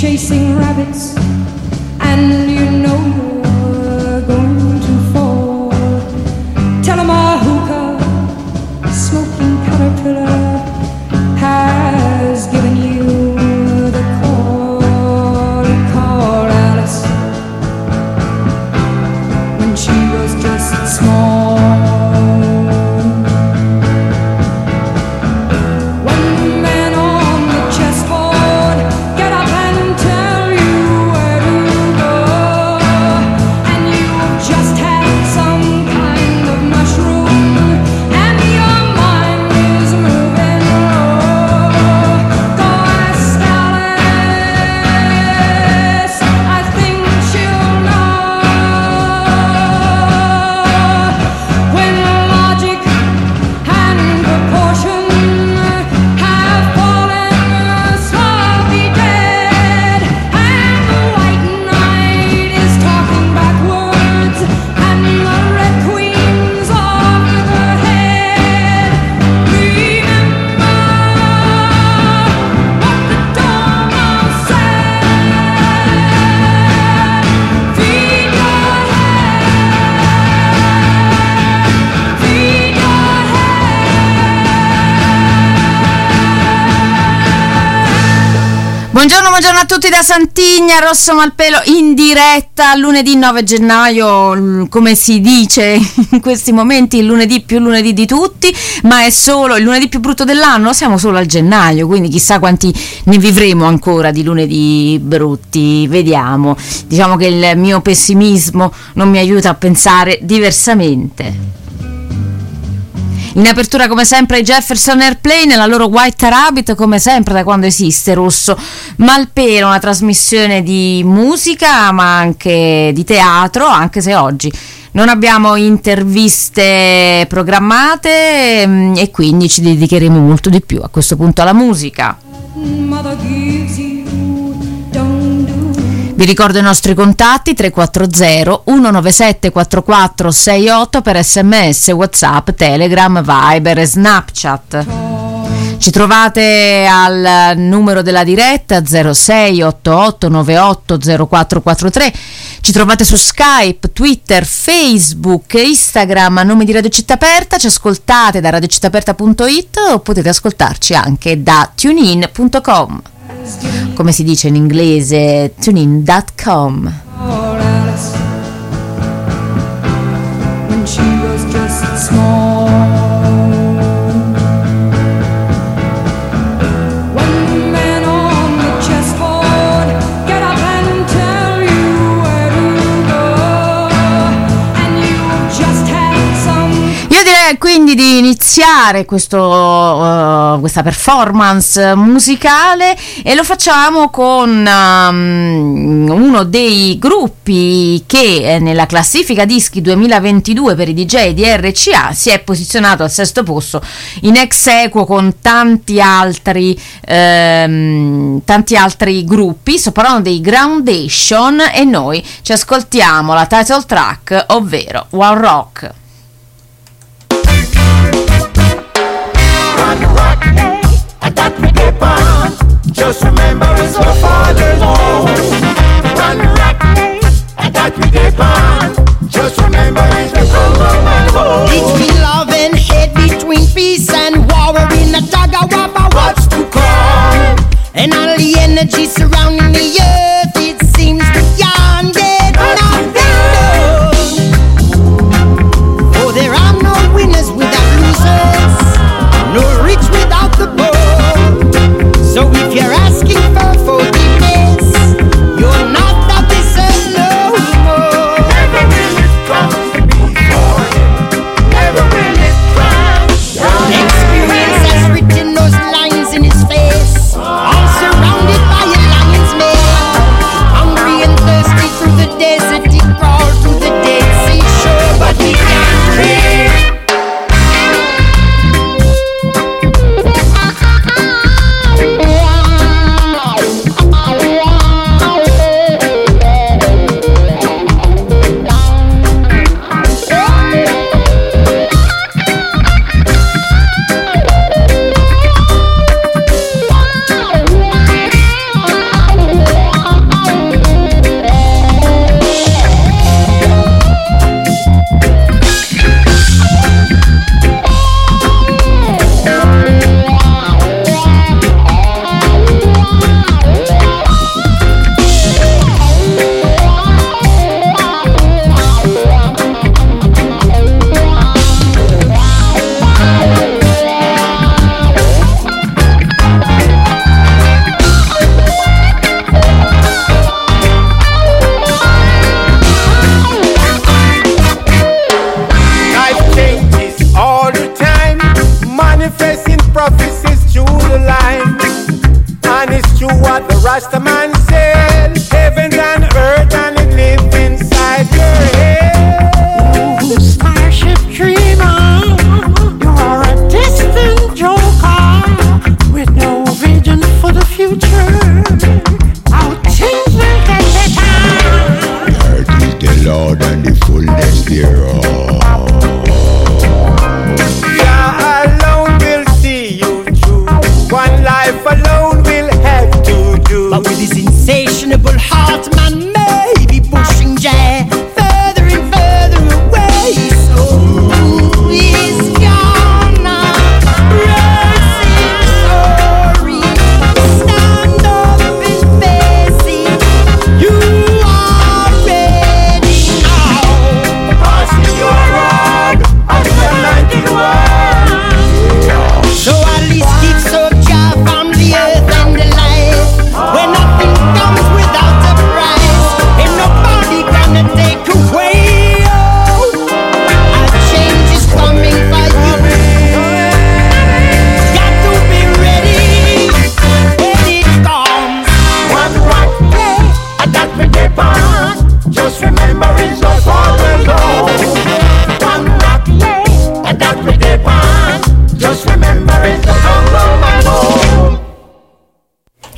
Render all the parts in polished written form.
chasing rabbits, and you know you're going to fall. Tell 'em a hookah, smoking caterpillar has given you the call. Call Alice when she was just small. Buongiorno a tutti da Santigna, Rosso Malpelo in diretta lunedì 9 gennaio, come si dice in questi momenti, il lunedì più lunedì di tutti, ma è solo il lunedì più brutto dell'anno, siamo solo al gennaio, quindi chissà quanti ne vivremo ancora di lunedì brutti, vediamo. Diciamo che il mio pessimismo non mi aiuta a pensare diversamente. In apertura come sempre i Jefferson Airplane nella loro White Rabbit, come sempre da quando esiste Rosso Malpelo, una trasmissione di musica ma anche di teatro, anche se oggi non abbiamo interviste programmate e quindi ci dedicheremo molto di più a questo punto alla musica. Vi ricordo i nostri contatti 340 197 4468 per sms, WhatsApp, Telegram, Viber e Snapchat. Ci trovate al numero della diretta 0688 98 0443. Ci trovate su Skype, Twitter, Facebook, Instagram a nome di Radio Città Aperta. Ci ascoltate da radiocittaaperta.it o potete ascoltarci anche da tunein.com. Come si dice in inglese, tunein.com. Quindi di iniziare questa performance musicale, e lo facciamo con uno dei gruppi che nella classifica dischi 2022 per i DJ di RCA si è posizionato al sesto posto in ex aequo con tanti altri gruppi. Sto parlando dei Groundation e noi ci ascoltiamo la title track, ovvero One Rock. That we keep on. Just remember it's our Father's home. Run rock, and that we keep on. Just remember it's the home. Between love and hate, between peace and war, we're in a tug of war about what's to come. And all the energy surrounding the earth, it seems beyond it. Oh, there are no winners without losers, no rich without the poor. So if you're asking for forgiveness, you're not that person no more. Never will it come to be for him. Never will it come. Experience has written those lines in his face, all surrounded by a lion's mane.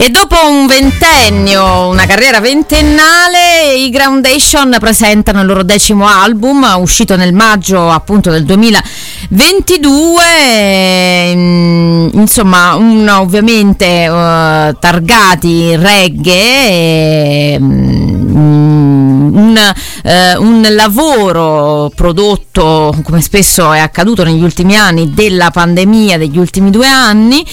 E dopo un ventennio, una carriera ventennale, i Groundation presentano il loro 10° album, uscito nel maggio appunto del 2022, insomma ovviamente targati reggae, un lavoro prodotto, come spesso è accaduto negli ultimi anni, della pandemia degli ultimi 2 anni,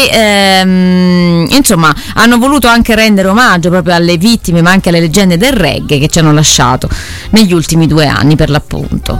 e insomma hanno voluto anche rendere omaggio proprio alle vittime, ma anche alle leggende del reggae che ci hanno lasciato negli ultimi 2 anni, per l'appunto.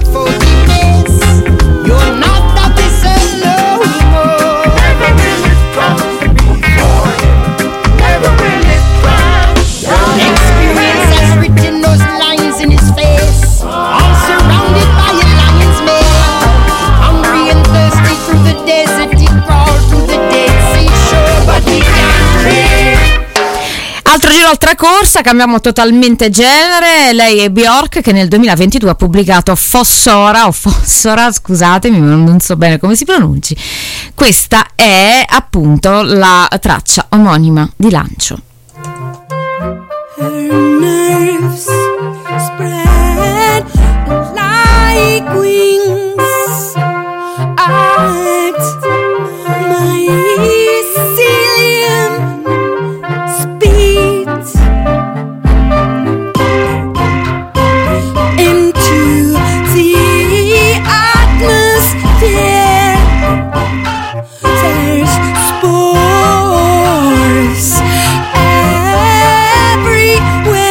Altro giro, altra corsa, cambiamo totalmente genere. Lei è Bjork, che nel 2022 ha pubblicato Fossora, scusatemi, non so bene come si pronunci. Questa è appunto la traccia omonima di lancio. Her nerves spread like wings at mycelium speed into the atmosphere. There's spores everywhere.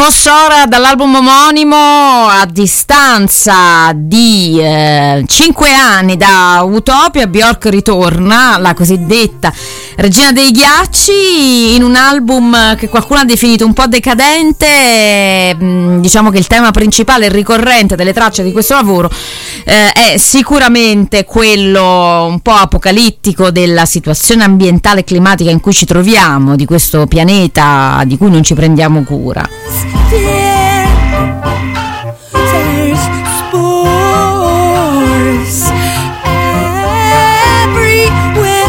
Fossora dall'album omonimo, a distanza di 5 anni da Utopia, Björk ritorna, la cosiddetta regina dei ghiacci, in un album che qualcuno ha definito un po' decadente. Diciamo che il tema principale e ricorrente delle tracce di questo lavoro è sicuramente quello un po' apocalittico della situazione ambientale e climatica in cui ci troviamo, di questo pianeta di cui non ci prendiamo cura. Dear, there's spores everywhere.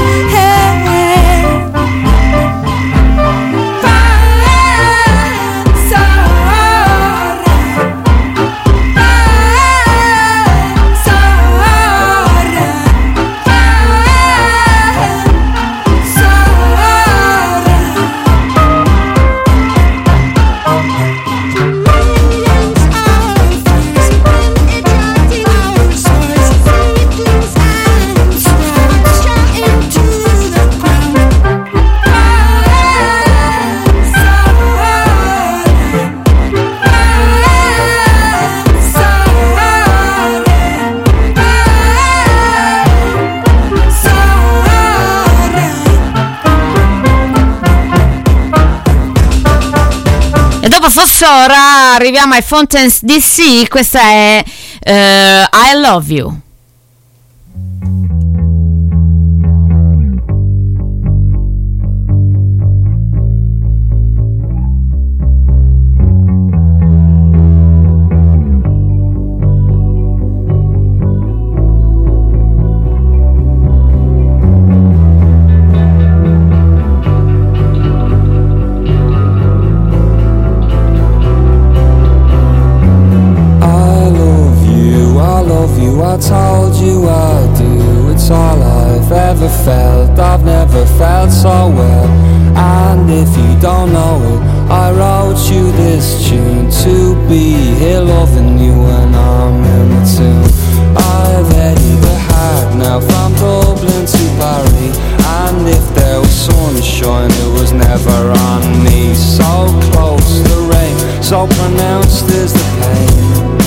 Fossora arriviamo ai Fountains DC, questa è I Love You. I told you I do, it's all I've ever felt. I've never felt so well. And if you don't know it, I wrote you this tune to be here loving you when I'm in the tune. I've either had now from Dublin to Paris, and if there was sunshine it was never on me. So close the rain, so pronounced is the pain.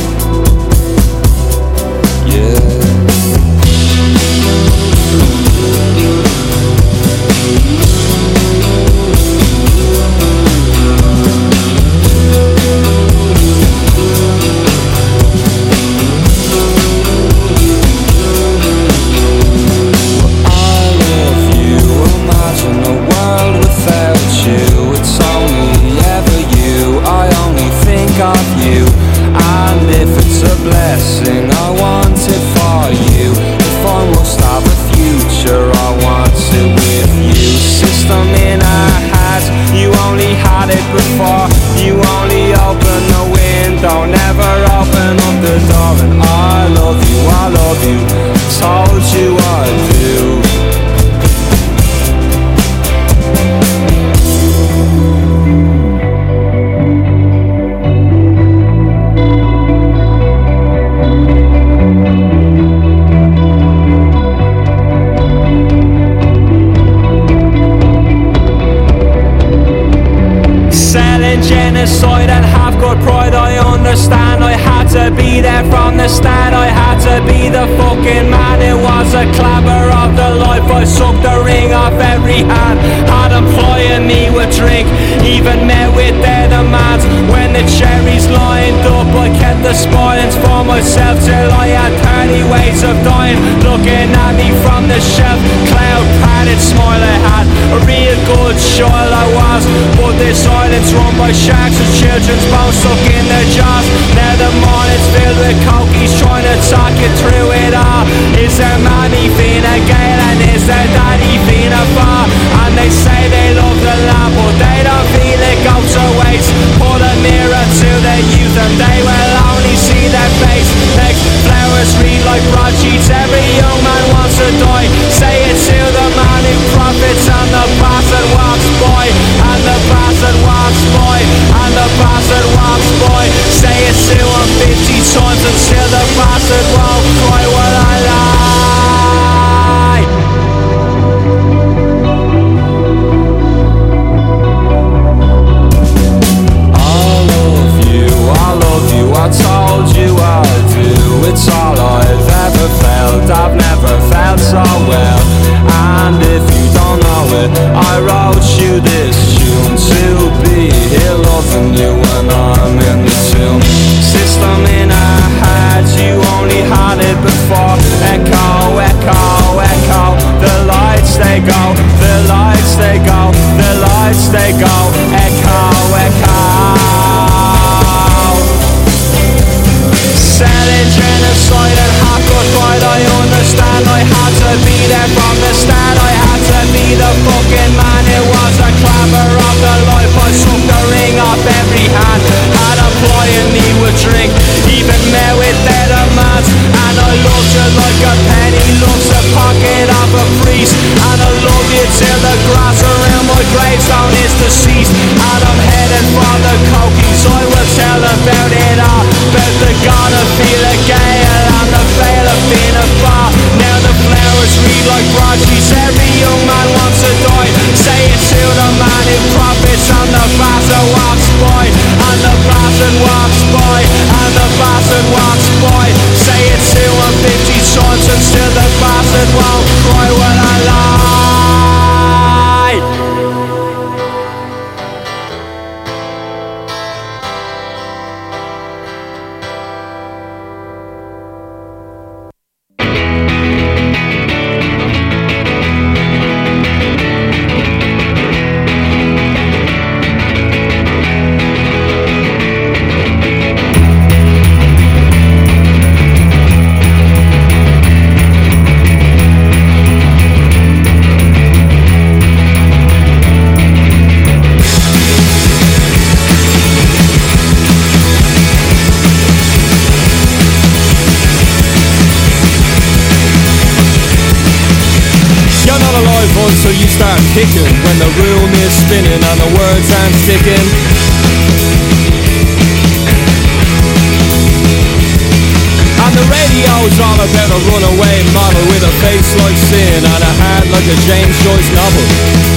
Blessing I want it for you. If I must have a future, I want it with you. System in our hearts, you only had it before. You only open the window, never open up the door. And I love you, told you I do. Genocide and have got pride, I understand. I had to be there from the start. I had to be the fucking man. It was a clapper of the life. I sucked the ring off every hand. Had them plying me with drink, even met with their demands. When the cherries lined up, I kept the spoilings for myself till I had 30 ways of dying. Looking at me from the shelf, cloud padded smile I had. A real good child I was, but this island's run by sharks and children's bones stuck in their jaws. Now the morning's filled with cokies trying to talk you through it all. Is their mommy Fina Gael and is their daddy Fina Bar? And they say they love the land but they don't feel it goes to waste. Put a mirror to their youth and they will only see their face. Next flowers read like broadsheets, every young man wants to die. Say it to the man who profits and the bastard walks by. And the bastard walks by. And the bastard walks by. Say it to him 50 times until the bastard won't cry. Well I lie. run, so you start kicking when the room is spinning and the words aren't sticking. And the radio's all about a runaway model with a face like sin and a heart like a James Joyce novel.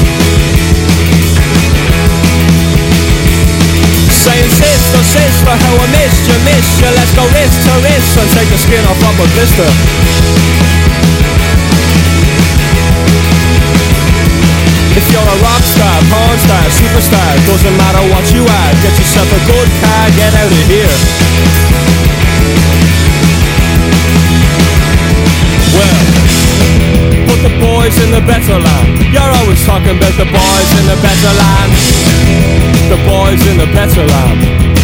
Saying sister, sister, how I missed you, let's go wrist to wrist and take the skin off of a blister. If you're a rock star, porn star, superstar, doesn't matter what you are, get yourself a good car, get out of here. Well, put the boys in the better land. You're always talking about the boys in the better land. The boys in the better land.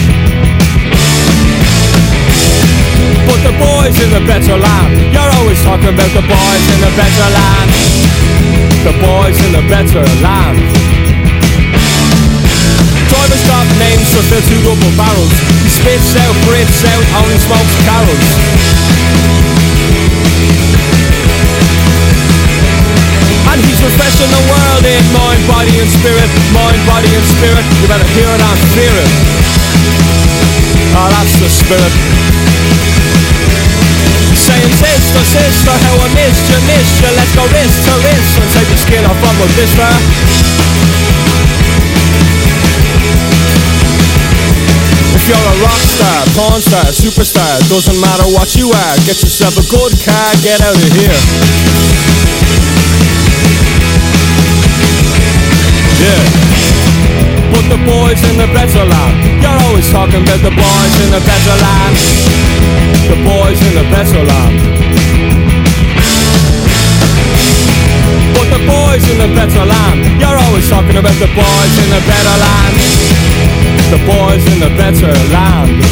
Put the boys in the better land. You're always talking about the boys in the better land. The boys in the better land. Driver's got names so they're two double barrels. He spits out, breathes out, only smokes carols. And he's refreshing the world in mind, body and spirit. Mind, body and spirit. You better hear it and fear it. Oh, that's the spirit. Saying sister, sister, how I missed you, let's go wrist to wrist and take the skin off of a blister. If you're a rock star, porn star, superstar, doesn't matter what you are, get yourself a good car, get out of here. Yeah. Put the boys in the better land. You're always talking about the boys in the better land. The boys in the better land. Put the boys in the better land. You're always talking about the boys in the better land. The boys in the better land.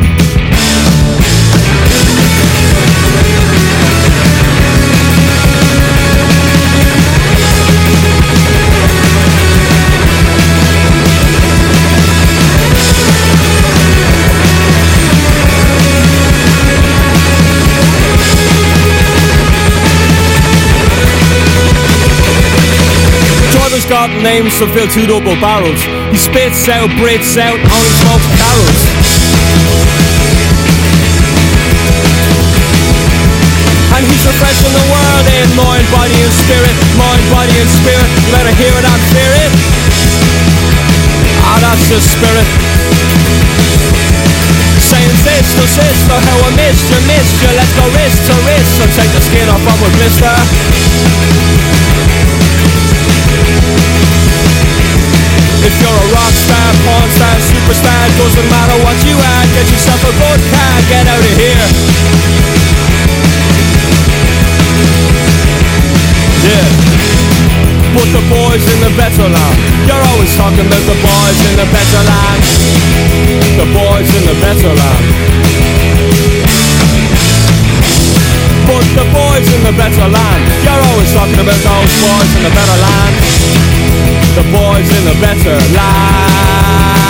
Driver's got names to fill two double barrels. He spits out, breathes out, only smokes carols. And he's refreshing the world in mind, body and spirit. Mind, body and spirit. You better hear it and fear it. Ah, that's the spirit. Saying sister, sister, how I missed you, let's go wrist to wrist and take the skin off of a blister. If you're a rock star, porn star, superstar, doesn't matter what you are, get yourself a good car, get out of here. Yeah. Put the boys in the better land. You're always talking about the boys in the better land. The boys in the better land. Put the boys in the better land. You're always talking about those boys in the better land. The boys in the better land.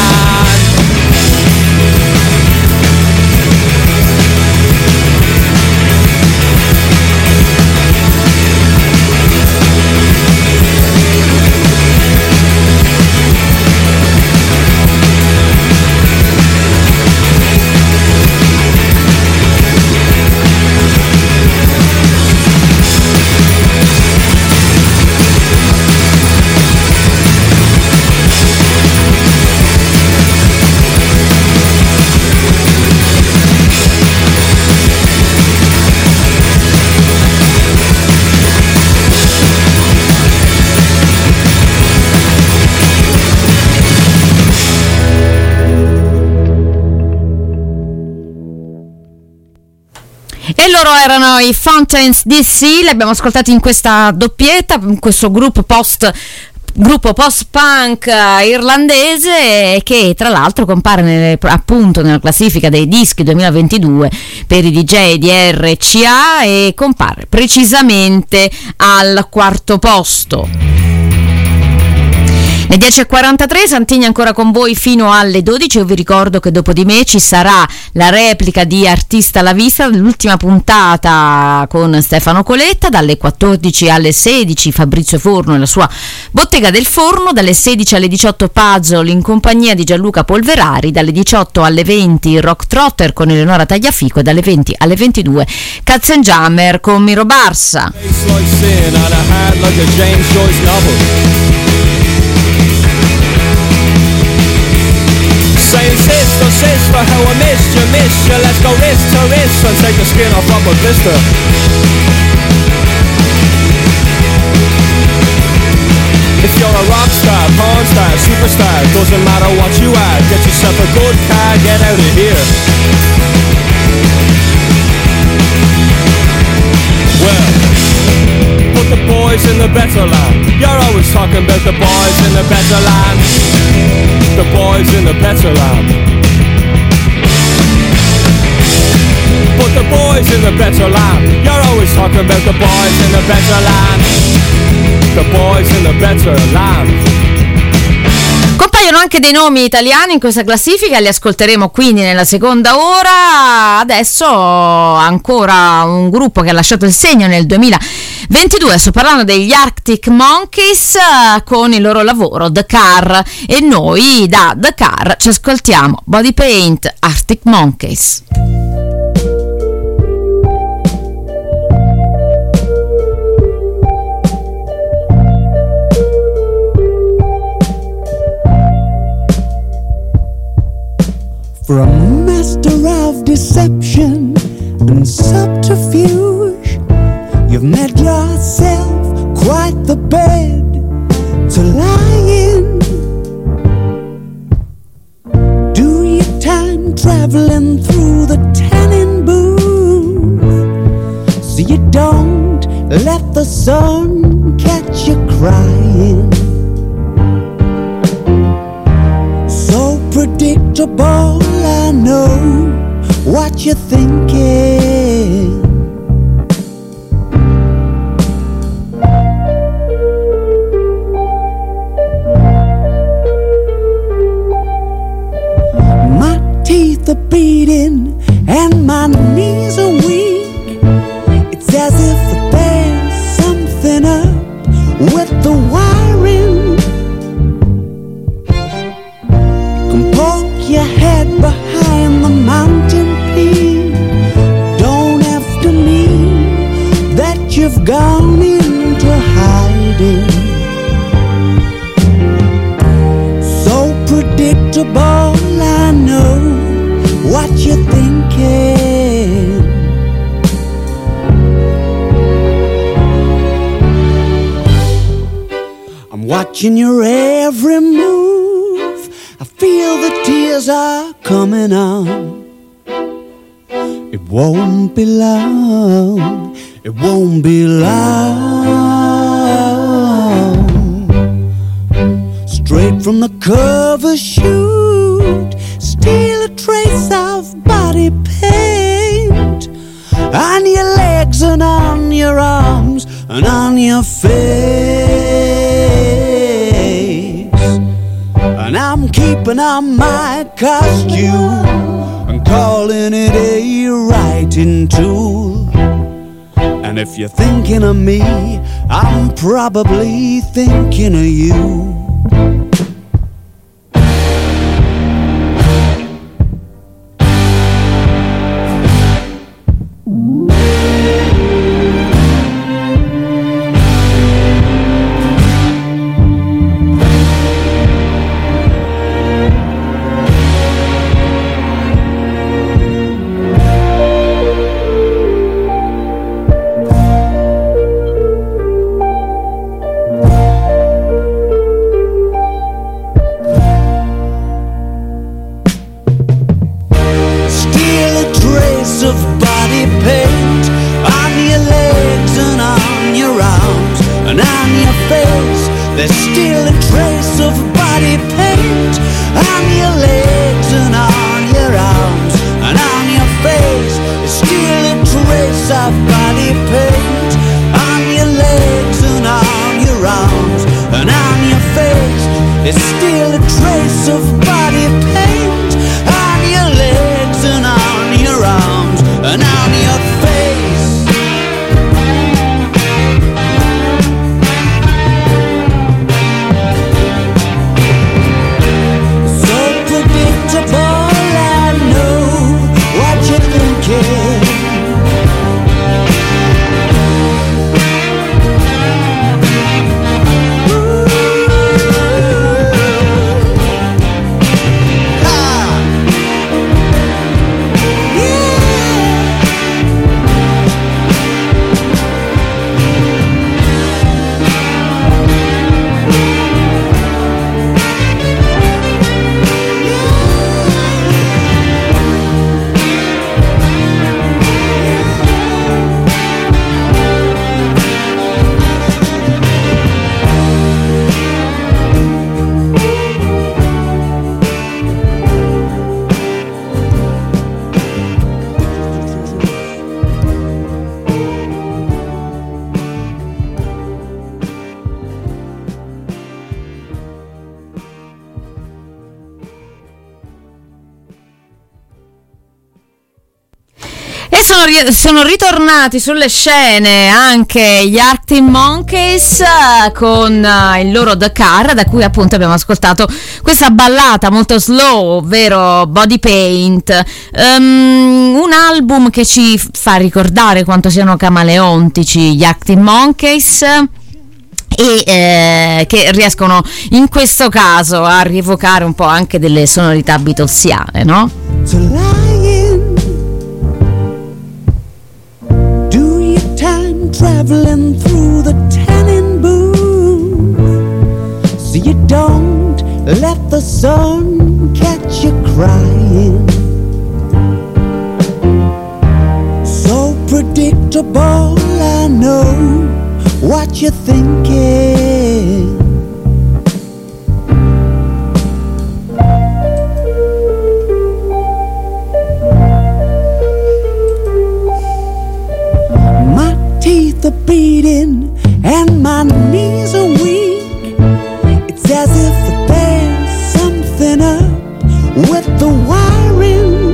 E loro erano i Fountains DC, li abbiamo ascoltati in questa doppietta, in questo gruppo post-punk irlandese che tra l'altro compare appunto nella classifica dei dischi 2022 per i DJ di RCA e compare precisamente al quarto posto. Le 10:43, Santigna ancora con voi fino alle 12. Io vi ricordo che dopo di me ci sarà la replica di Artista alla Vista, l'ultima puntata con Stefano Coletta, dalle 14 alle 16 Fabrizio Forno e la sua Bottega del Forno, dalle 16 alle 18 Puzzle in compagnia di Gianluca Polverari, dalle 18 alle 20 Rock Trotter con Eleonora Tagliafico e dalle 20 alle 22 Katzenjammer con Miro Barsa. Saying sister, how I missed you, let's go wrist to wrist and take the skin off of a blister. If you're a rock star, porn star, superstar, doesn't matter what you are, get yourself a good car, get out of here. Well, put the boys in the better land. You're always talking about the boys in the better land. The boys in the better land. Put the boys in the better land. You're always talking about the boys in the better land. The boys in the better land. Compaiono anche dei nomi italiani in questa classifica, li ascolteremo quindi nella seconda ora. Adesso ancora un gruppo che ha lasciato il segno nel 2022, sto parlando degli Arctic Monkeys con il loro lavoro The Car, e noi da The Car ci ascoltiamo Body Paint, Arctic Monkeys. From master of deception and subterfuge, you've made yourself quite the bed to lie in. Do your time traveling through the tanning booth, so you don't let the sun catch you crying. So predictable, I know what you're thinking. My teeth are beating and my knees are weak. It's as if there's something up with the wiring. Poke your head behind the mountain peak. Don't have to mean that you've gone into hiding. So predictable, I know what you're thinking. I'm watching your every move. I feel the tears are coming on. It won't be long. It won't be long. Straight from the cover shoot, steal a trace of body paint on your legs and on your arms and on your face. And I'm keeping on my costume and calling it a writing tool. And if you're thinking of me, I'm probably thinking of you. There's still a trace of body paint on your legs and on your arms and on your face. There's still a trace of body paint on your legs and on your arms and on your face. There's still a trace of body paint on your legs and on your arms and on your face. So predictable, I know what you're thinking. Sono ritornati sulle scene anche gli Arctic Monkeys con il loro The Car, da cui appunto abbiamo ascoltato questa ballata molto slow, ovvero Body Paint, un album che ci fa ricordare quanto siano camaleontici gli Arctic Monkeys e che riescono in questo caso a rievocare un po' anche delle sonorità beatlesiane, no? Traveling through the tanning booth, so you don't let the sun catch you crying. So predictable, I know what you're thinking. Teeth are beating and my knees are weak. It's as if there's something up with the wiring.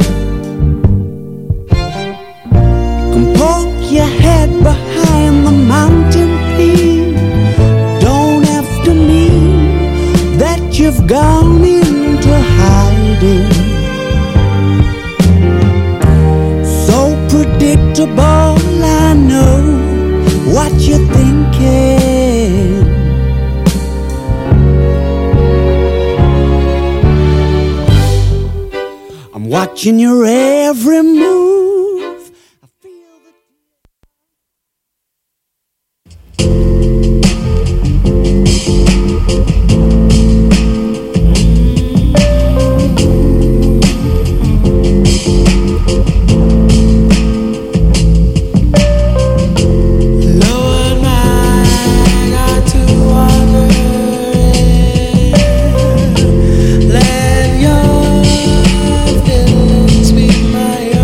You can poke your head behind the mountain peak. Don't have to mean that you've gone into hiding. So predictable, I know what you're thinking. I'm watching your every move. I feel the Let your feelings be my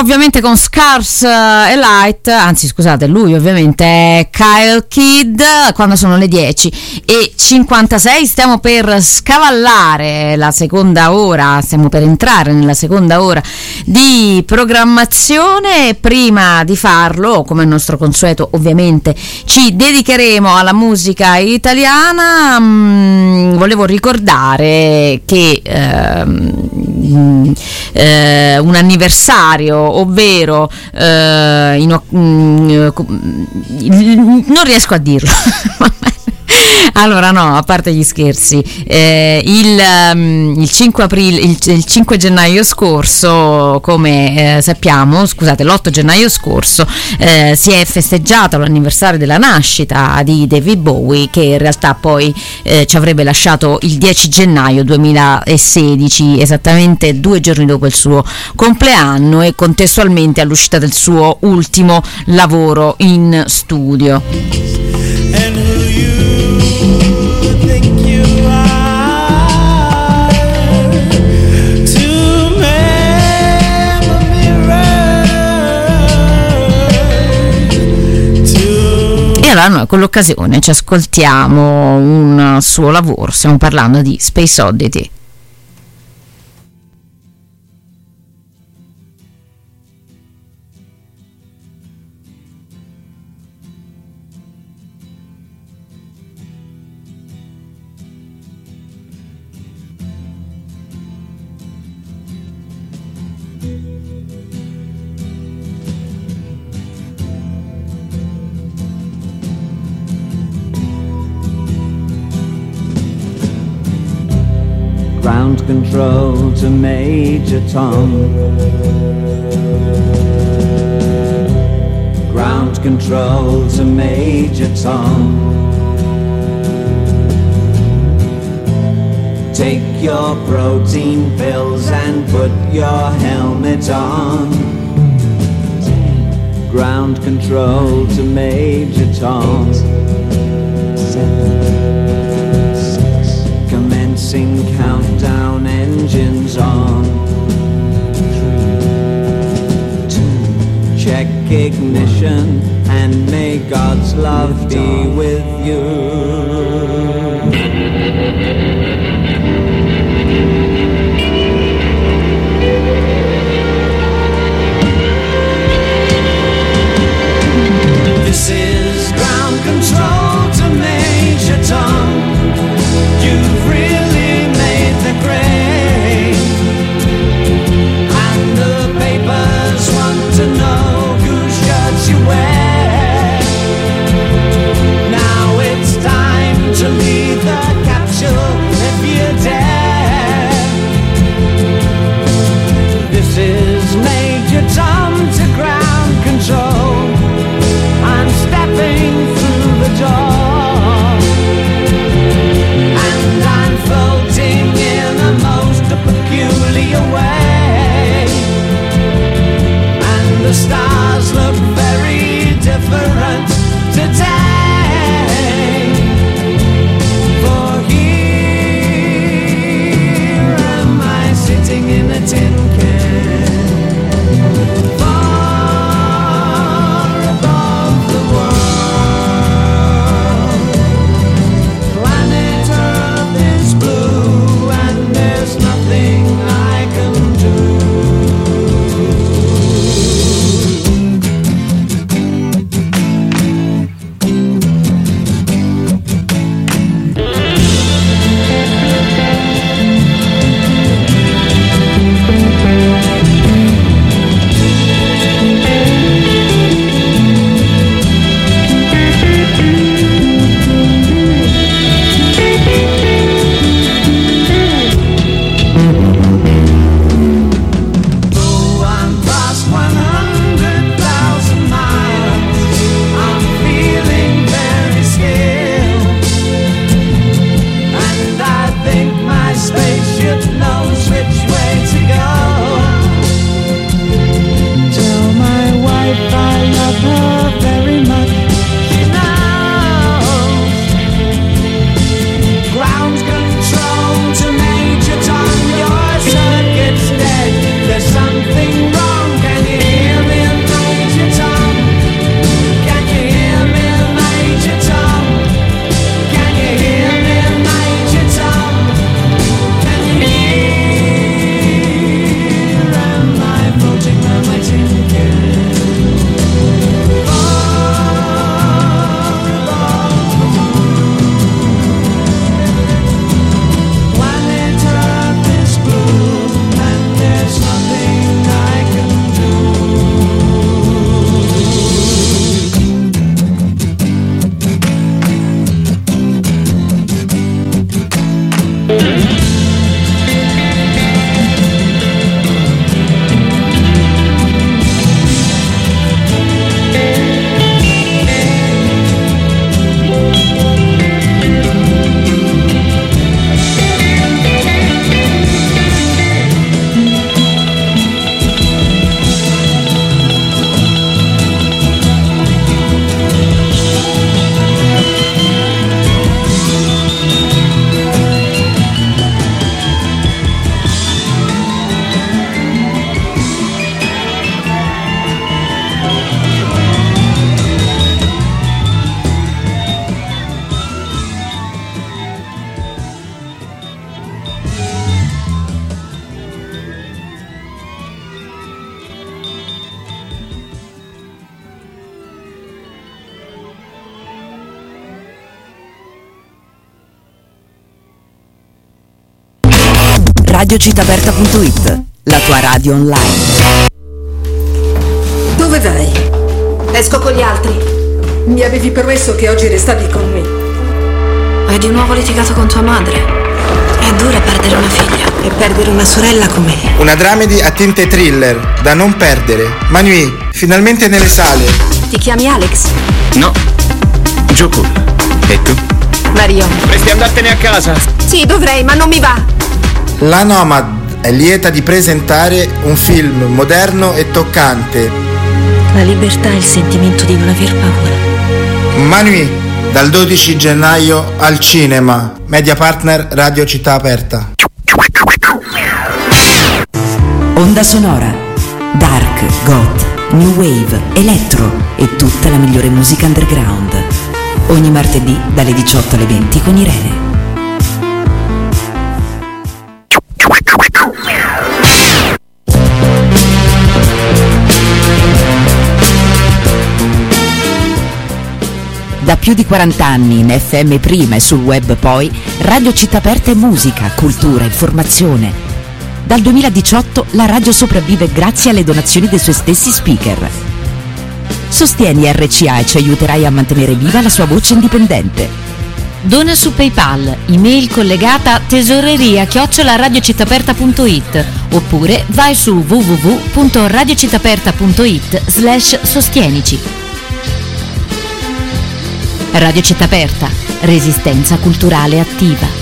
ovviamente con Scars e Light, anzi scusate, lui ovviamente è Kyle Kidd, quando sono le 10:56. Stiamo per scavallare la seconda ora, stiamo per entrare nella seconda ora di programmazione. Prima di farlo, come è nostro consueto, ovviamente ci dedicheremo alla musica italiana. Volevo ricordare che un anniversario, ovvero non riesco a dirlo. Allora no, a parte gli scherzi, il 5 aprile, il 5 gennaio scorso, come sappiamo, scusate, l'8 gennaio scorso si è festeggiato l'anniversario della nascita di David Bowie, che in realtà poi ci avrebbe lasciato il 10 gennaio 2016, esattamente 2 giorni dopo il suo compleanno e contestualmente all'uscita del suo ultimo lavoro in studio. And who you think you are to E allora noi con l'occasione ci ascoltiamo un suo lavoro, stiamo parlando di Space Oddity. Ground control to Major Tom. Ground control to Major Tom. Take your protein pills and put your helmet on. Ground control to Major Tom. Commencing countdown, engines on. 3, 2, check ignition and may God's love be with you. This is ground control to Major Tom. You've really made the grade, and the papers want to know whose shirts you wear. Now it's time to leave the capsule. If radiocittaaperta.it, la tua radio online. Dove vai? Esco con gli altri. Mi avevi promesso che oggi restavi con me. Hai di nuovo litigato con tua madre. È dura perdere una figlia e perdere una sorella come me. Una dramedy a tinte thriller, da non perdere. Manui, finalmente nelle sale. Ti chiami Alex? No, Gioco. E tu? Mario. Dovresti andartene a casa. Sì, dovrei, ma non mi va. La Nomad è lieta di presentare un film moderno e toccante. La libertà è il sentimento di non aver paura. Manui, dal 12 gennaio al cinema. Media partner Radio Città Aperta. Onda sonora, dark, goth, new wave, electro e tutta la migliore musica underground. Ogni martedì dalle 18 alle 20 con Irene. Da più di 40 anni in FM prima e sul web poi, Radio Città Aperta è musica, cultura, informazione. Dal 2018 la radio sopravvive grazie alle donazioni dei suoi stessi speaker. Sostieni RCA e ci aiuterai a mantenere viva la sua voce indipendente. Dona su PayPal, email collegata tesoreria@radiocittaperta.it oppure vai su www.radiocittaperta.it/sostienici. Radio Città Aperta, resistenza culturale attiva.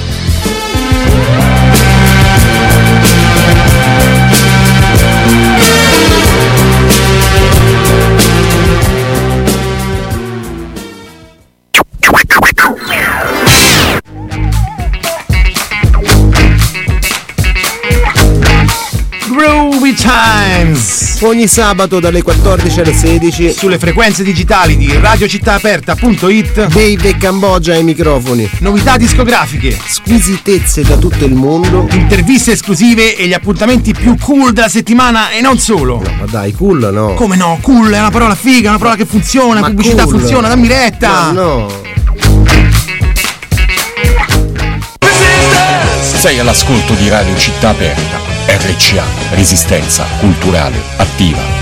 Groovy Times, ogni sabato dalle 14 alle 16 sulle frequenze digitali di radiocittaaperta.it. Dave e Cambogia ai microfoni, novità discografiche, squisitezze da tutto il mondo, interviste esclusive e gli appuntamenti più cool della settimana e non solo. No, ma dai, cool no. Come no? Cool è una parola figa, una parola che funziona, ma pubblicità cool funziona, dammi retta. Ma no. Sei all'ascolto di Radio Città Aperta. RCA, resistenza culturale attiva.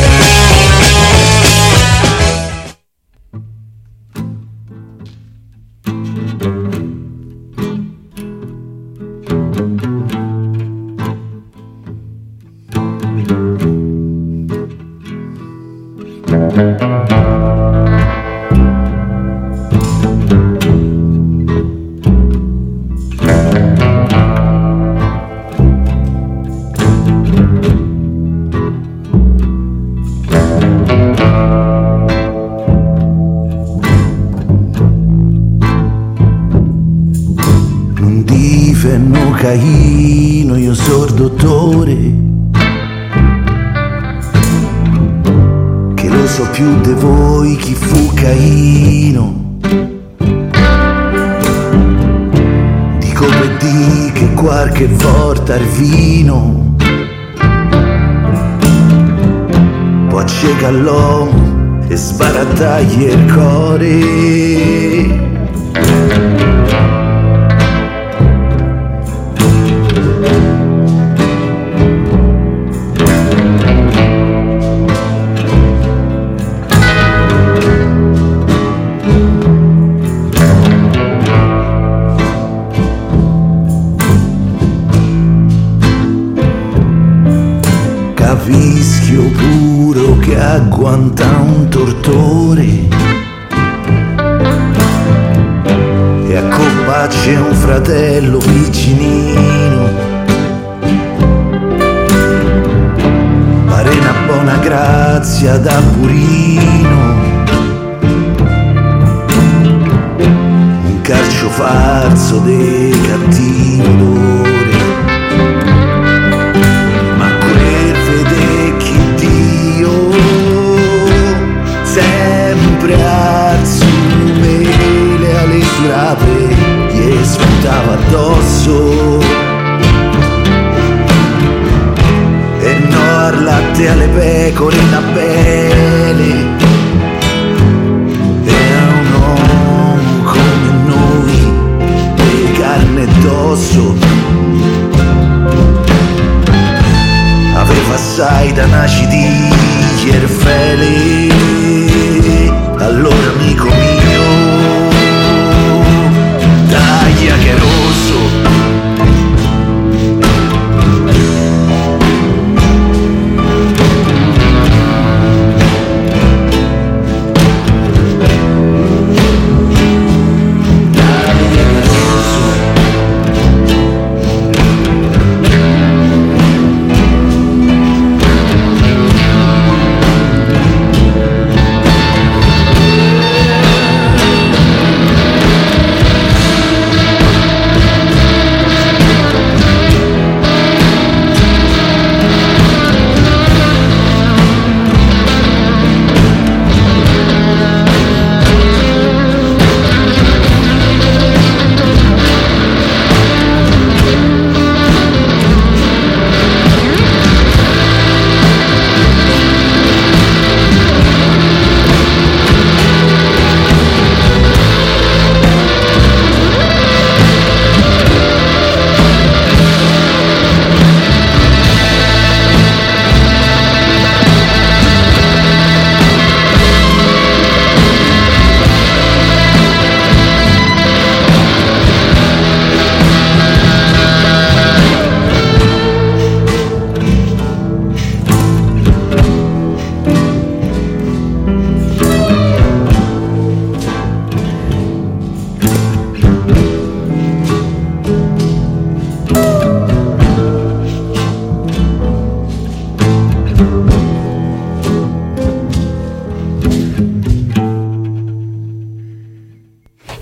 Caino, io sordottore, che lo so più di voi chi fu Caino. Dico per di che qualche volta il vino può accecare l'uomo e sbarattagli il cuore. Fischio puro che agguanta un tortore e accompaggia un fratello vicinino. Pare una buona grazia da purino, un calcio falso de cattivo odore. Sempre azzurre alle grape gli sputava addosso e no al latte alle pecore in pelle. È un uomo come noi di carne e d'osso,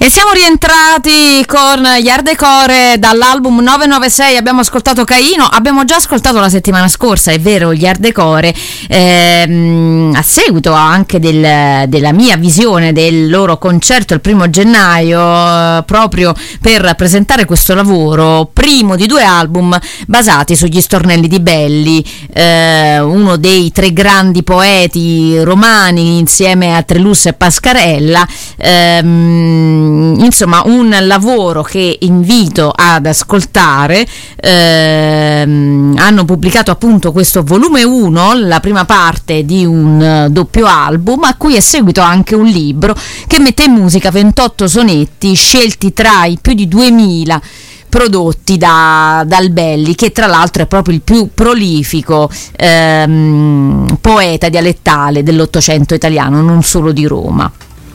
E siamo rientrati con gli Hardcore dall'album 996. Abbiamo ascoltato Caino, abbiamo già ascoltato la settimana scorsa, è vero, gli Hardcore, a seguito anche della mia visione del loro concerto il 1 gennaio, proprio per presentare questo lavoro, primo di 2 album basati sugli stornelli di Belli, uno dei 3 grandi poeti romani insieme a Trelussa e Pascarella. Insomma, un lavoro che invito ad ascoltare. Hanno pubblicato appunto questo volume 1, la prima parte di un doppio album, a cui è seguito anche un libro che mette in musica 28 sonetti scelti tra i più di 2000 prodotti dal Belli, che tra l'altro è proprio il più prolifico poeta dialettale dell'Ottocento italiano, non solo di Roma.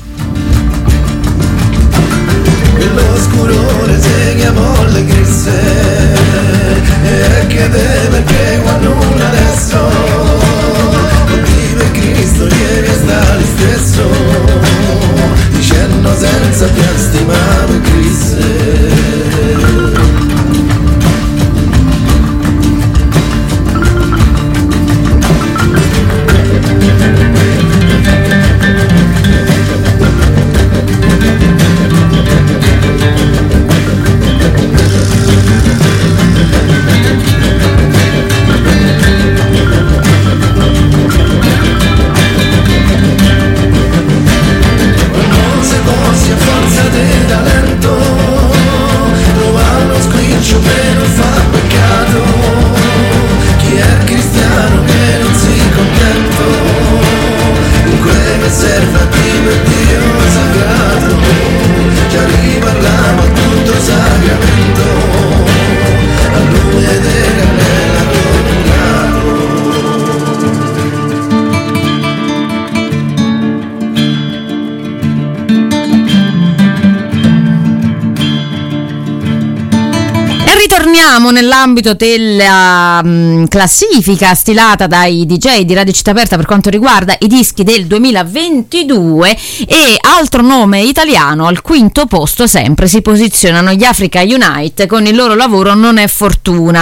L'oscuro le segniamo le grisse e chiede perché quando uno adesso vive Cristo ieri è stato stesso, dicendo senza più stimare Cristo. Torniamo nell'ambito della classifica stilata dai DJ di Radio Città Aperta per quanto riguarda i dischi del 2022, e altro nome italiano al 5° posto sempre si posizionano gli Africa Unite con il loro lavoro Non è fortuna.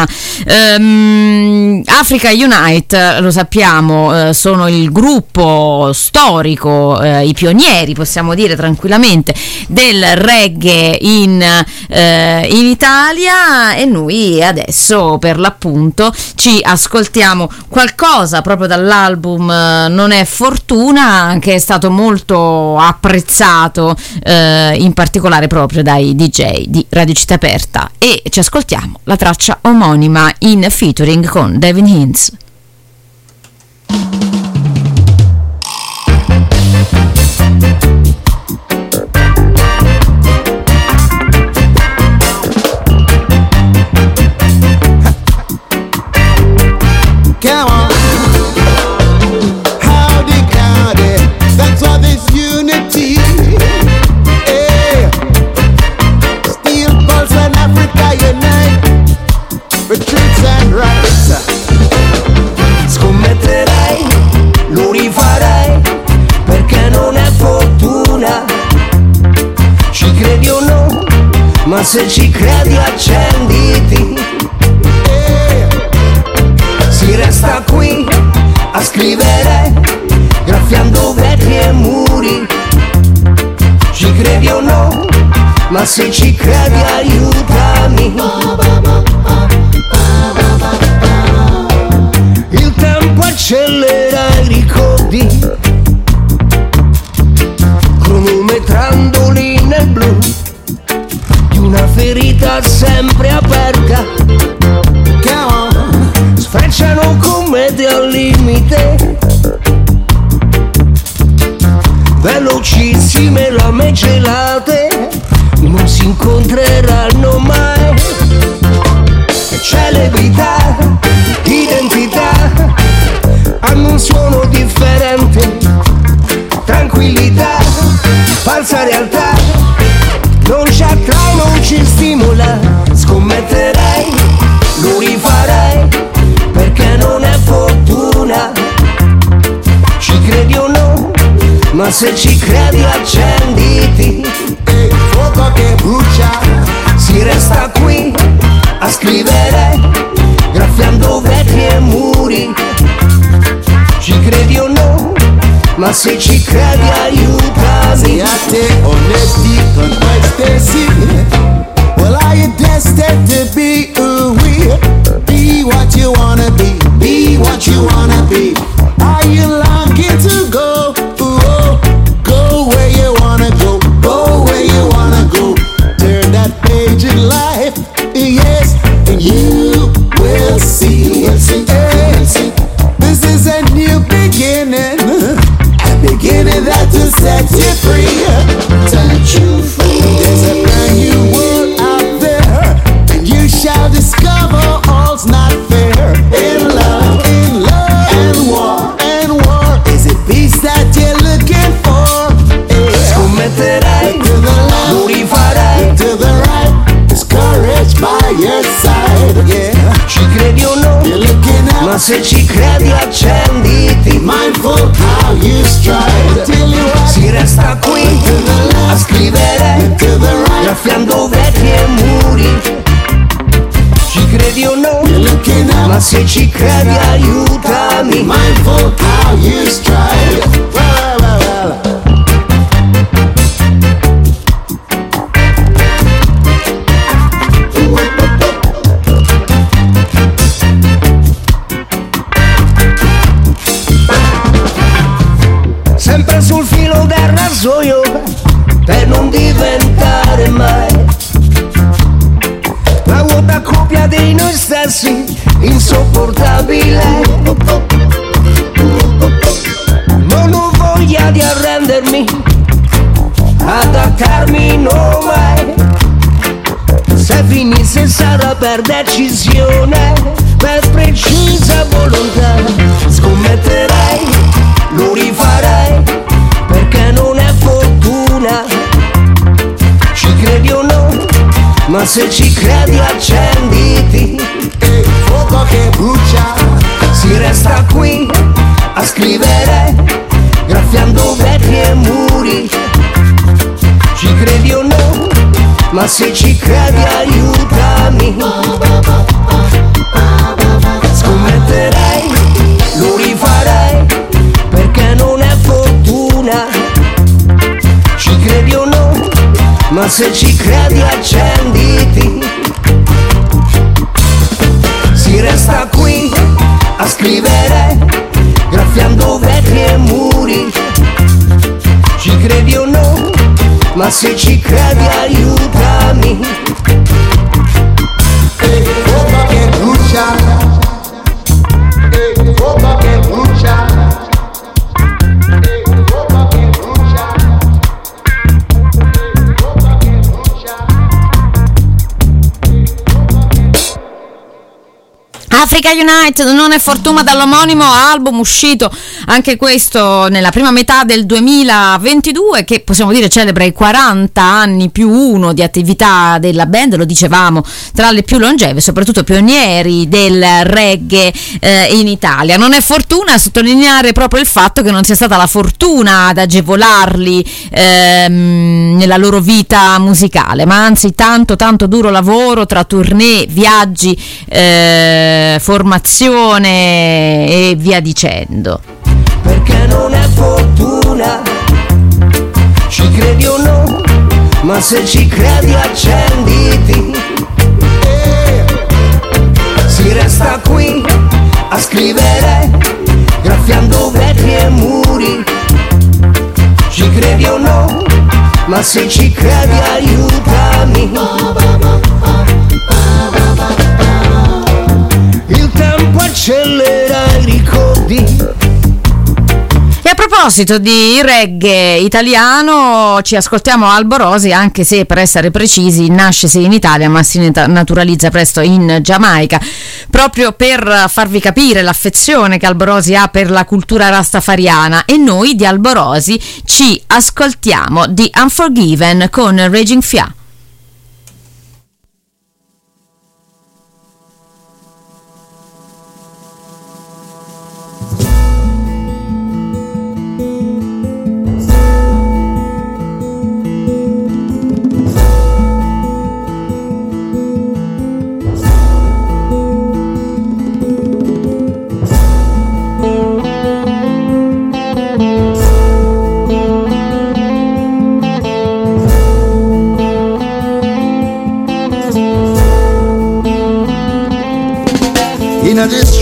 Africa Unite, lo sappiamo, sono il gruppo storico, i pionieri, possiamo dire tranquillamente, del reggae in Italia, e noi adesso per l'appunto ci ascoltiamo qualcosa proprio dall'album Non è fortuna, che è stato molto apprezzato in particolare proprio dai DJ di Radio Città Aperta, e ci ascoltiamo la traccia omonima in featuring con Devin Hintz. Come on. Howdy, howdy. That's all this unity. Hey. Steel Pulse and Africa unite. For truths and rights. Scommetterei, lo rifarei, perché non è fortuna. Ci credi o no? Ma se ci credi accenditi. Si resta qui a scrivere, graffiando vetri e muri. Ci credi o no? Ma se ci credi aiutami. Il tempo accelera i ricordi, cronometrandoli nel blu di una ferita sempre aperta. Sfrecciano commedie al limite, velocissime lame gelate, non si incontreranno mai. Celebrità, identità, hanno un suono differente. Tranquillità, falsa realtà, non ci attrae, non ci stimola. Scommetterei, lo rifarei, perché non è fortuna. Ci credi o no? Ma se ci credi accenditi. fuoco che brucia. Si resta qui a scrivere, graffiando vecchi muri. Ci credi o no? Ma se ci credi aiutami. Siate onesti con queste sì. Well, are you destined to be who we? Be what you wanna be. Be what you wanna be. Are you longing to go? Ooh, go where you wanna go. Go where you wanna go. Turn that page in life. Yes, and you will see. Hey, this is a new beginning. A beginning that will set you free. Set you free. There's a brand new world out there, and you shall discover all's not fair. In love, and war. Is it peace that you're looking for? Yeah. Scommetterei, lo rifarei. To the right, there's courage by your side. Yeah. Ci credi o no? You're looking up. Ma se ci credi accenditi. Mindful how you stride. Till you si resta qui a scrivere, graffiando vecchi muri. Ci credi o no? Ma se ci credi aiutami. Mindful how you stride. Sempre sul filo del rasoio per non diventare mai la vuota copia di noi stessi, insopportabile. Non ho voglia di arrendermi, adattarmi no mai. Se finisse sarà per decisione, per precisa volontà. Scommetterei, lo rifarei, perché non è fortuna. Ci credi o no? Ma se ci credi accenditi. Fuoco che brucia. Si resta qui a scrivere, graffiando vecchi muri. Ci credi o no? Ma se ci credi aiutami. Scommetterei, lo rifarei, perché non è fortuna. Ci credi o no? Ma se ci credi accenditi. Si resta qui a scrivere, graffiando vecchi muri. Ci credi o no? Ma se ci credi aiutami. Fuoco che brucia. Fuoco che brucia. Africa United, non è fortuna, dall'omonimo album uscito anche questo nella prima metà del 2022, che possiamo dire celebra i 40 anni più uno di attività della band, lo dicevamo, tra le più longeve, soprattutto pionieri del reggae in Italia. Non è fortuna sottolineare proprio il fatto che non sia stata la fortuna ad agevolarli nella loro vita musicale, ma anzi tanto duro lavoro tra tournée, viaggi, formazione e via dicendo. Perché non è fortuna, ci credi o no? Ma se ci credi accenditi. Si resta qui a scrivere, graffiando vecchi muri. Ci credi o no? Ma se ci credi aiutami. Il tempo accelera i ricordi. E a proposito di reggae italiano, ci ascoltiamo Albo Rosi, anche se per essere precisi nasce in Italia ma si naturalizza presto in Giamaica, proprio per farvi capire l'affezione che Albo Rosi ha per la cultura rastafariana. E noi di Albo Rosi ci ascoltiamo The Unforgiven con Raging Fia.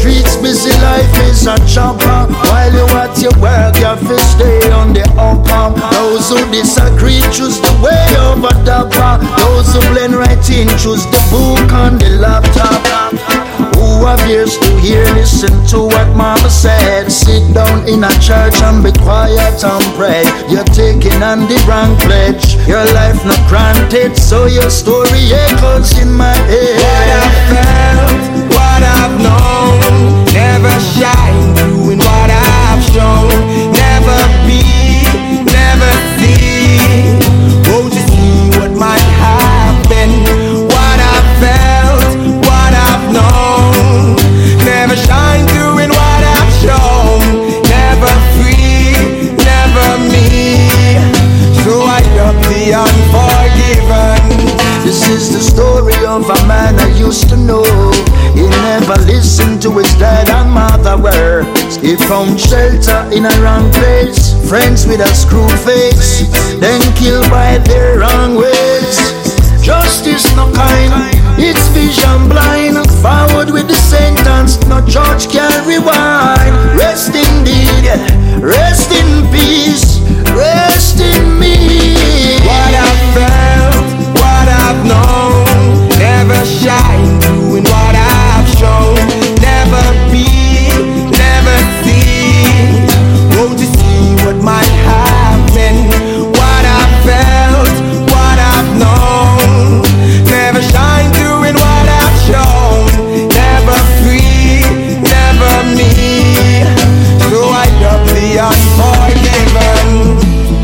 streets, busy life is a chopper. While you at your work, you have to stay on the upper. Those who disagree choose the way over the bar. Those who blend right in choose the book on the laptop. Who have ears to hear, listen to what mama said. Sit down in a church and be quiet and pray. You're taking on the wrong pledge. Your life not granted, so your story echoes in my head. What I've felt, what I've known, never shine through in what I've shown. Never be, never see. Won't you see what might happen? What I've felt, what I've known, never shine through in what I've shown. Never free, never me. So I love the unforgiven. This is the story of a man I used to know. He never listened to his dad and mother words. He found shelter in a wrong place. Friends with a screw face, then killed by their wrong ways. Justice no kind, it's vision blind. Forward with the sentence, no judge can rewind. Rest indeed, rest in peace, rest in me. What I've felt, what I've known, never shine through in what I've shown. Never be, never see. Won't you see what might happen? What I've felt, what I've known, never shine through in what I've shown. Never free, never me. So I love the unforgiven.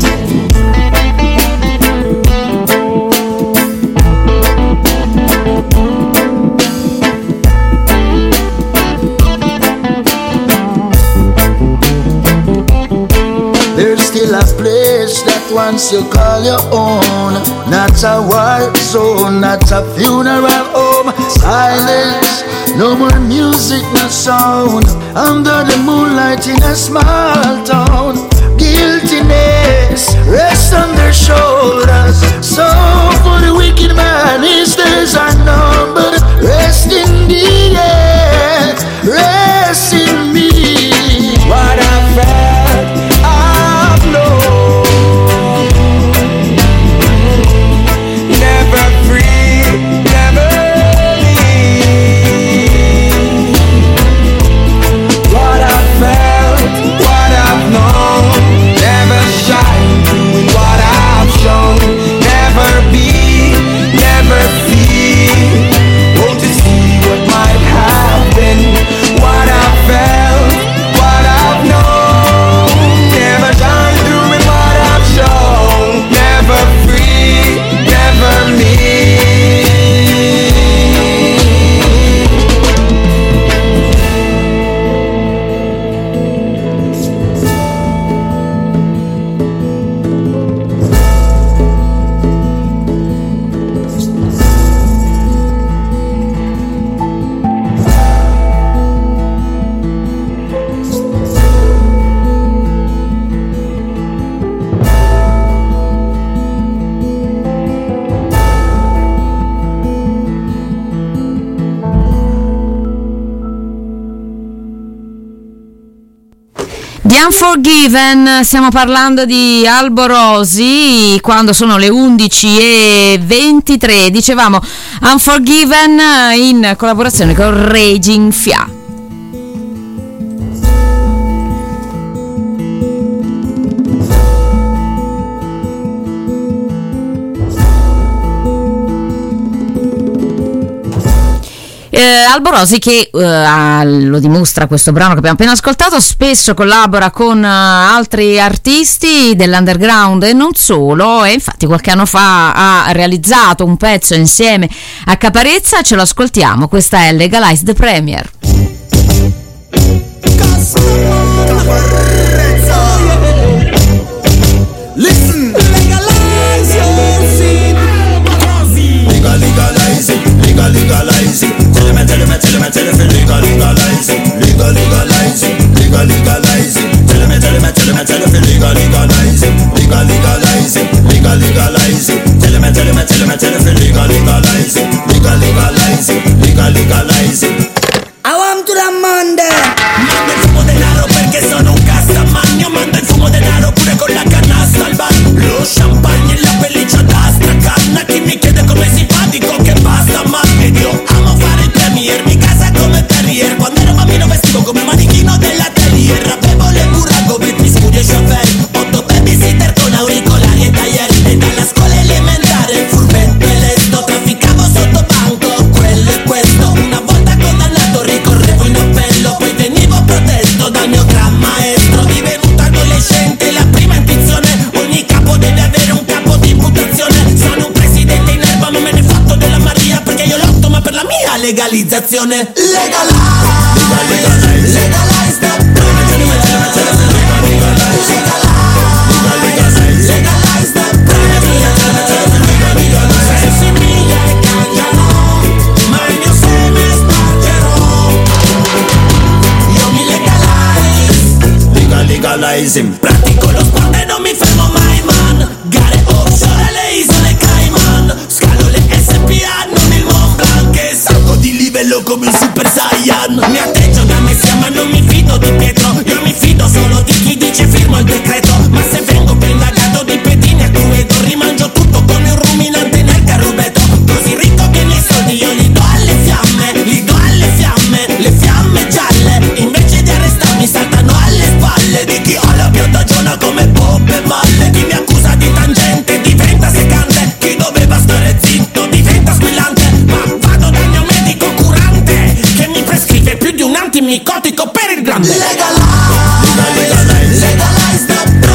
There's still a place that once you call your own. Not a war zone, not a funeral home. Silence, no more music, no sound. Under the moonlight in a small town. Guiltiness rests on their shoulders. So for the wicked man, his days are numbered. Rest in the air, rest in me. What I felt, I've known. Never free, never leave. What I felt, what I've known, never shine through in what I've shown. Never be, never see. Won't you see what might happen? What I felt, what I've known, never shine through in what I've shown. Never free, never me. The Unforgiven, stiamo parlando di Alborosi quando sono le 11:23, dicevamo Unforgiven in collaborazione con Raging Fia. Alborosi che lo dimostra questo brano che abbiamo appena ascoltato, spesso collabora con altri artisti dell'underground e non solo, e infatti qualche anno fa ha realizzato un pezzo insieme a Caparezza, ce lo ascoltiamo, questa è Legalize the Premier. Listen, legalize your sin. Legalize it, legalize it. Tell me, legalize it, legalize it, legalize it. Tell me, legalize it, legalize it, legalize it. Tell me, legalize it, legalize it, legalize it. I want to the man legalizzazione. Legalize the legalize the se si miglia e cambiano, ma il mio seme spargerò. Io mi legalize, in pratico lo sport e non mi fermo mai, man. Gare offshore alle isole Cayman, scalo le SPA, non il Mont Blanc, e salgo di livello come un Super Saiyan. Mi atteggio da Messia ma non mi fido di Pietro, io mi fido solo di chi dice firmo il decreto. Ma se vengo ben lagato di pedini a Cluedo, rimangio tutto come un ruminante nel carrubetto. Così ricco che i miei soldi io li do alle fiamme, li do alle fiamme, le fiamme gialle. Invece di arrestarmi saltano alle spalle di chi ha la biondagiona come Bob e Malle. Chi mi accusa di tangente diventa secante, chi doveva stare zitto diventa squillante. Ma vado dal mio medico curante che mi prescrive più di un antimicotico per il grande. Legalize the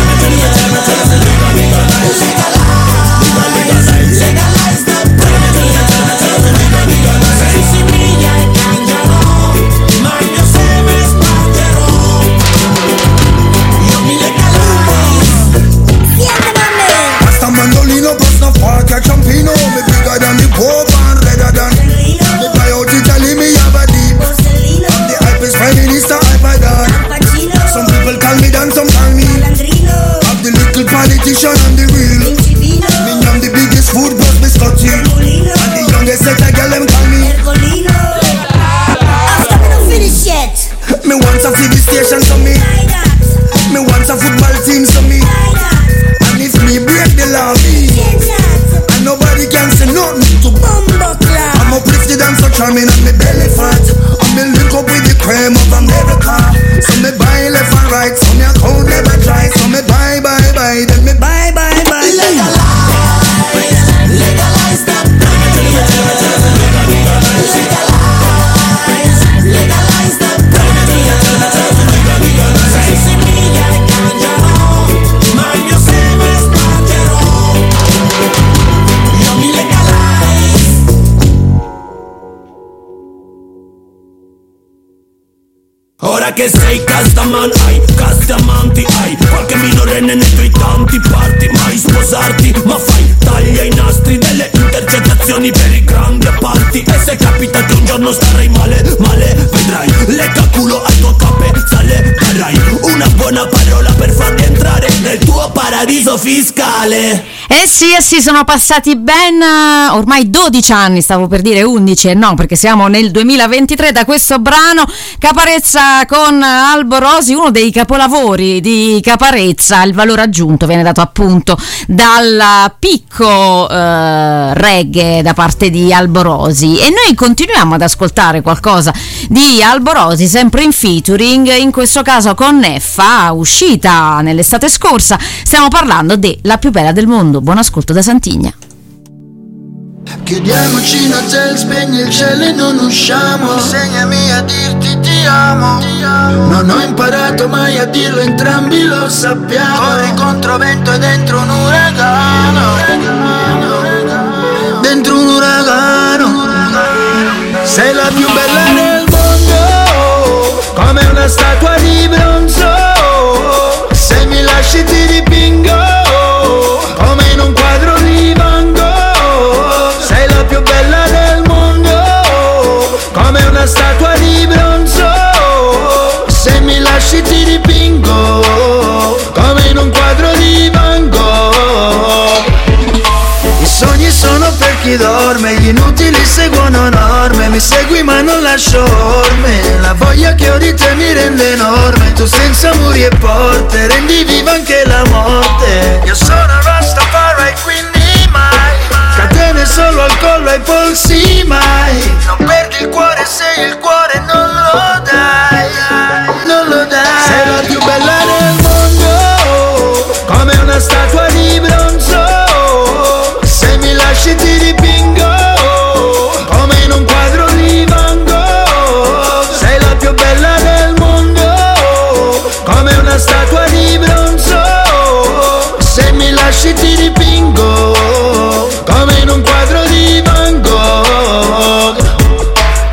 se si miglia e cangiano, ma il mio seme spargerò. Io mi legalizzo. Hasta mandolino, plus no fuck a campino. Me bigger than the Pope and redder than the buy out Italy, me have a deep. I'm the hypest feminist, hyper dad. Some people call me Dan, some call me I'm the little politician on the wheel. Me am the biggest food boss biscotti, and the youngest set a girl them call me. After me no finish yet. Me want a TV station so me want a football team so me. And if me break the law me, and nobody can say nothing to I'm uplifted and so charming and me belly fat. And me link up with the cream of America. So me buy left and right, so me account never dry. So me buy, then me buy. Legalize the legalize the se si miglia e cangiano, ma il mio seme spargerò. Io mi legalize. Ora che sei castaman, hai castamanti, hai qualche minorenne nei tuoi tanti parti. Mai sposarti, ma fai taglia i nastri delle intercettazioni per i grandi appalti. E se capita che un giorno starai male, vedrai, lecca culo al tuo capezzale. Darai una buona parola per farli entrare nel tuo paradiso fiscale. Sì, sono passati ben ormai 12 anni, stavo per dire 11, no, perché siamo nel 2023 da questo brano Caparezza con Alborosi, uno dei capolavori di Caparezza. Il valore aggiunto viene dato appunto dal picco reggae da parte di Alborosi, e noi continuiamo ad ascoltare qualcosa di Alborosi, sempre in featuring, in questo caso con Neffa, uscita nell'estate scorsa. Stiamo parlando de La più bella del mondo. Buon ascolto da Santigna. Chiediamoci un hotel, spegni il cielo e non usciamo. Insegnami a dirti ti amo. Non ho imparato mai a dirlo, entrambi lo sappiamo. Corri contro vento e dentro un uragano. Dentro un uragano. Sei la più bella del mondo, come una statua di bronzo. Se mi lasci ti dipingo, come in un quadro di Van Gogh. Sei la più bella del mondo, come una statua di bronzo. Se mi lasci ti dipingo, come in un quadro di Van Gogh. I sogni sono per chi dorme, gli inutili seguono norme. Mi segui ma non lascio orme, la voglia che ho di te mi rende enorme. Tu senza muri e porte rendi viva anche la morte. Io sono Rastafari quindi mai catene solo al collo ai polsi mai. Non perdi il cuore se il cuore non lo dai, non lo dai. Sei la più bella del mondo, come una statua di bronzo. Se mi lasci ti dipingo, come in un quadro di Van Gogh. Sei la più bella del mondo, come una statua di bronzo. Se mi lasci ti dipingo, come in un quadro di Van Gogh.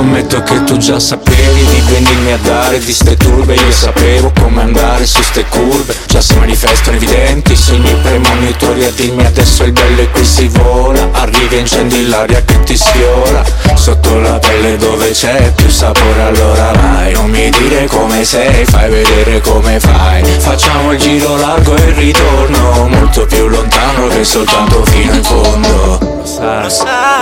Scommetto che tu già sapevi di venirmi a dare di ste turbe. Io sapevo come andare su ste curve. Già si manifestano evidenti segni premonitori a dirmi adesso il bello e qui si vola. Arrivi e incendi l'aria che ti sfiora. Sotto la pelle dove c'è più sapore, allora vai. Non mi dire come sei, fai vedere come fai. Facciamo il giro largo e il ritorno, molto più lontano che soltanto fino in fondo. Lo sai.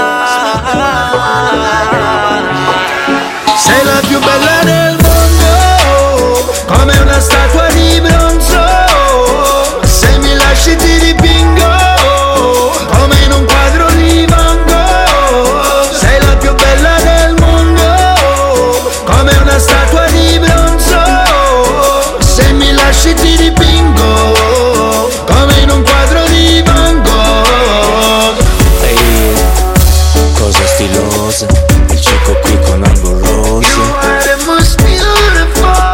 Sei la più bella del mondo, come una statua di bronzo. Se mi lasci ti dipingo, come in un quadro di Van Gogh. Sei la più bella del mondo, come una statua di bronzo. Se mi lasci ti dipingo, come in un quadro di Van Gogh. Ehi, cosa stilosa, il cieco qui con albero rose. You are the most beautiful,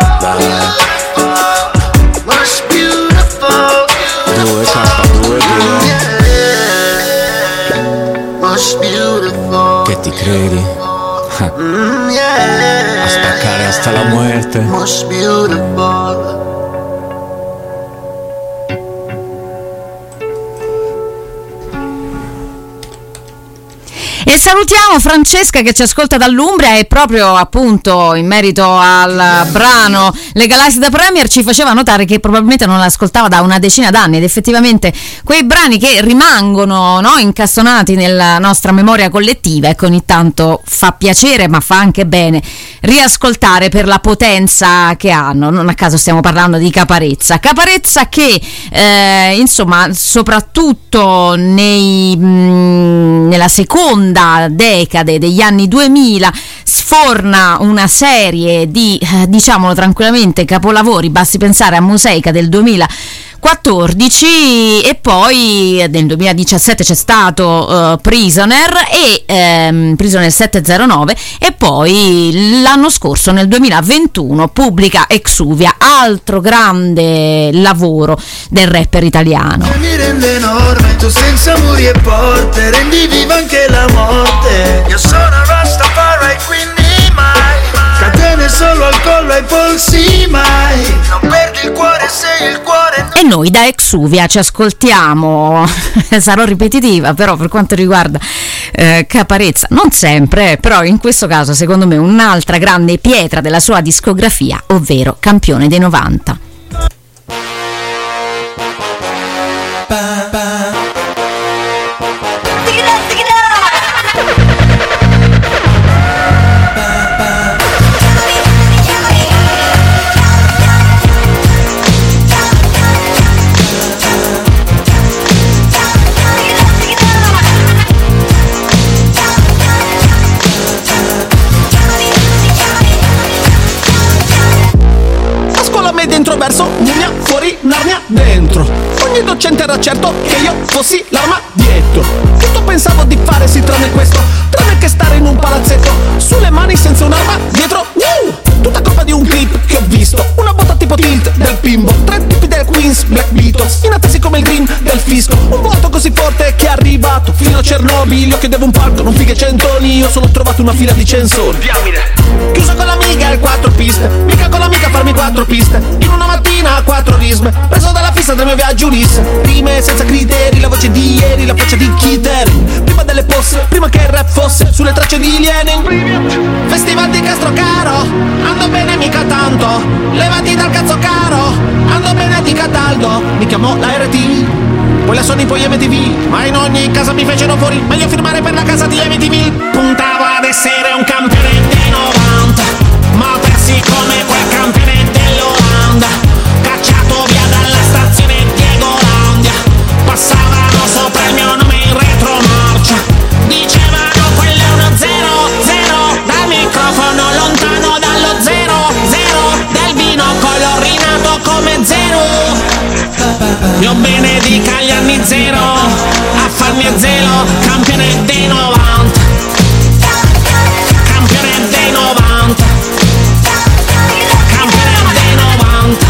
most beautiful. Due K, due Most beautiful. Che ti credi? Yeah. A spaccare hasta la muerte. Most beautiful. E salutiamo Francesca che ci ascolta dall'Umbria e proprio appunto in merito al brano Legalize the Premier ci faceva notare che probabilmente non l'ascoltava da una decina d'anni ed effettivamente quei brani che rimangono, no, incastonati nella nostra memoria collettiva, ecco, ogni tanto fa piacere ma fa anche bene riascoltare per la potenza che hanno. Non a caso stiamo parlando di Caparezza che insomma soprattutto nella seconda decade degli anni 2000 sforna una serie di diciamolo tranquillamente capolavori. Basti pensare a Mosaica del 2014 e poi nel 2017 c'è stato Prisoner e Prisoner 709 e poi l'anno scorso nel 2021 pubblica Exuvia, altro grande lavoro del rapper italiano. Mi rende enorme, tu senza muri e porte rendi viva anche la morte. Io sono Rastafari quindi mai catene solo al collo ai polsi mai. Non perdi il cuore se il cuore. E noi da Exuvia ci ascoltiamo, sarò ripetitiva però per quanto riguarda Caparezza, non sempre, però in questo caso secondo me un'altra grande pietra della sua discografia, ovvero Campione dei 90. Dentro verso Mugna, fuori Narnia, dentro. Ogni docente era certo che io fossi l'arma dietro. Tutto pensavo di fare sì tranne questo, tranne che stare in un palazzetto sulle mani senza un'arma dietro. Tutta colpa di un clip che ho visto, una botta tipo tilt del Pimbo, 3 tipi del Queens, Black Beatles, inattesi come il green del fisco. Un vuoto così forte che è arrivato fino a Chernobyl. Io chiedevo un palco, non fighe centoni, io solo ho trovato una fila di censori. Diamine. Chiuso con l'amica e 4 piste, mica con l'amica farmi 4 piste. In una mattina 4 risme, preso dalla fissa del mio viaggio Ulisse. Rime senza criteri, la voce di ieri, la faccia di Kittering. Prima delle posse, prima che il rap fosse sulle tracce di Lenin. Festival di Castrocaro, ando bene mica tanto. Levati dal cazzo caro, ando bene di Cataldo. Mi chiamò la RT, poi la Sony, poi MTV. Ma in ogni casa mi fecero fuori, meglio firmare per la casa di MTV. Puntavo ad essere un campione dei 90, ma persi come quel campione dell'Olanda. Cacciato via dalla stazione Diego Landia, passavano sopra il mio nome in retromarcia. Dicevano quello è uno 0-0, dal microfono lontano dallo 0-0, del vino colorinato come zero. Io benedica gli anni 0, a farmi a zelo, campione dei 90. Campione dei 90. Campione dei 90.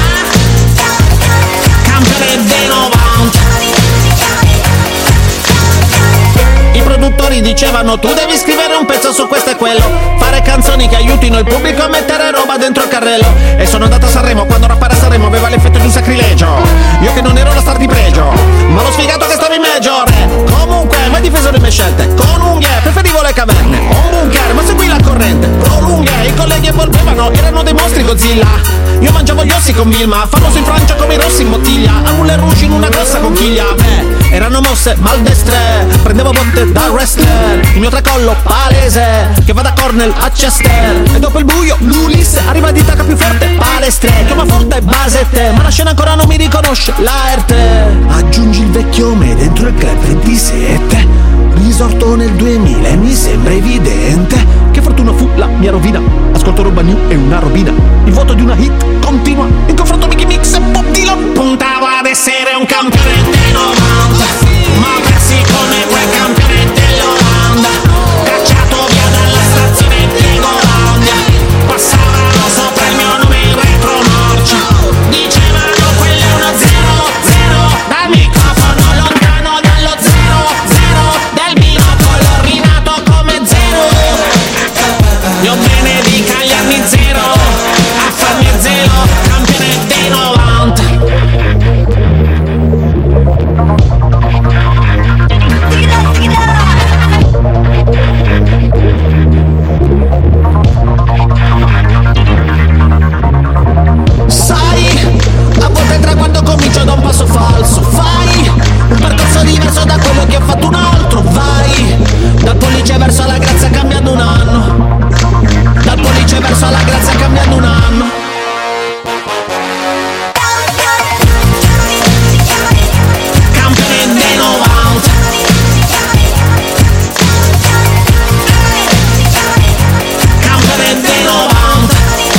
Campione dei 90. I produttori dicevano volevano. Tu devi scrivere un pezzo su questo e quello, fare canzoni che aiutino il pubblico a mettere roba dentro il carrello. E sono andato a Sanremo quando rappare a Sanremo aveva l'effetto di un sacrilegio. Io che non ero la star di pregio, ma lo sfigato che stava in major. Comunque mai difeso le mie scelte con unghie, preferivo le caverne o un bunker, ma seguì la corrente prolunghe. I colleghi evolvevano, erano dei mostri Godzilla. Io mangiavo gli ossi con Vilma, famoso in Francia come i rossi in bottiglia. A Moulin Rouge in una grossa conchiglia. Beh, erano mosse maldestre, prendevo botte da wrestler. Il mio tracollo palese, che va da Cornell a Chester. E dopo il buio l'Ulisse arriva di tacca più forte, palestre. Chiama forte basette, ma la scena ancora non mi riconosce l'arte. Aggiungi il vecchio me dentro il club 27. Risorto nel 2000 e mi sembra evidente che fortuna fu la mia rovina. Ascolto roba new e una robina. Il vuoto di una hit continua. In confronto Mickey Mix e Bob Dylan. Puntavo ad essere un campione dei 90, ma persi come quel campione dell'Olanda. Cacciato via dalla stazione di Golandia. Passavano sopra il mio nome in retromorcia. Dicevano quello è uno 0-0. Dal microfono lontano dallo 0-0. Del binocolo rinato come zero. Io benedica gli anni zero, a farmi zero, campione dei 90. Sai, a volte tra quando comincio da un passo falso. Fai un percorso diverso da quello che ha fatto un altro. Vai dal pollice verso la grazia cambiando un anno. Dal pollice verso la grazia cambiando un anno. Campione dei 90. Campione dei 90.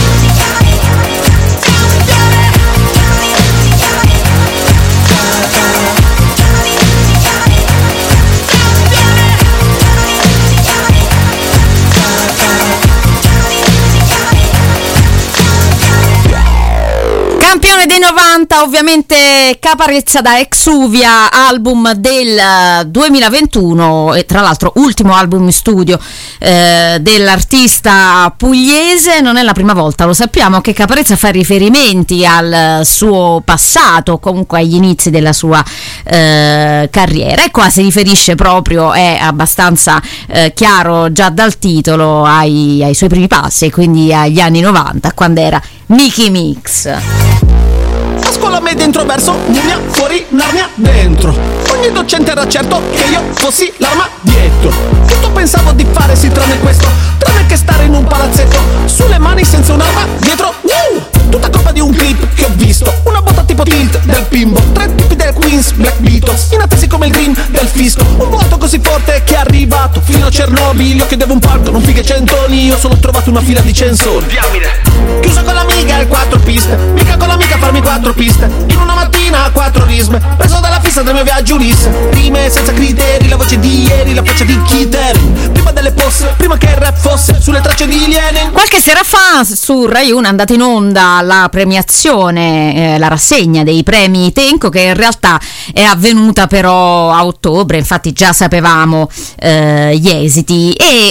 Campione dei 90, ovviamente Caparezza da Exuvia, album del 2021 e tra l'altro ultimo album in studio dell'artista pugliese. Non è la prima volta, lo sappiamo, che Caparezza fa riferimenti al suo passato, comunque agli inizi della sua carriera, e qua si riferisce proprio, è abbastanza chiaro già dal titolo, ai suoi primi passi, quindi agli anni 90, quando era Mickey Mix. A scuola media introverso, Mumia, fuori, Narnia, dentro. Ogni docente era certo che io fossi l'arma dietro. Tutto pensavo di fare sì tranne questo, tranne che stare in un palazzetto, sulle mani senza un'arma dietro. Tutta colpa di un clip che ho visto, una botta tipo tilt del Pimbo, 3 tipi del Queens, Black Beatles, inattesi come il green del fisco. Un vuoto così forte che è arrivato fino a Chernobyl. Io chiedevo un palco, non fighe centoni, io solo ho trovato una fila di censori. Chiuso con l'amica al 4 piste, mica con l'amica farmi 4 piste. In una mattina a 4 risme, preso dalla fissa del mio viaggio Ulisse. Rime senza criteri, la voce di ieri, la faccia di Kitter. Prima delle posse, prima che il rap fosse sulle tracce di Lenin. Qualche sera fa su Rai 1 è andata in onda la premiazione, la rassegna dei premi Tenco, che in realtà è avvenuta però a ottobre, infatti già sapevamo gli esiti, e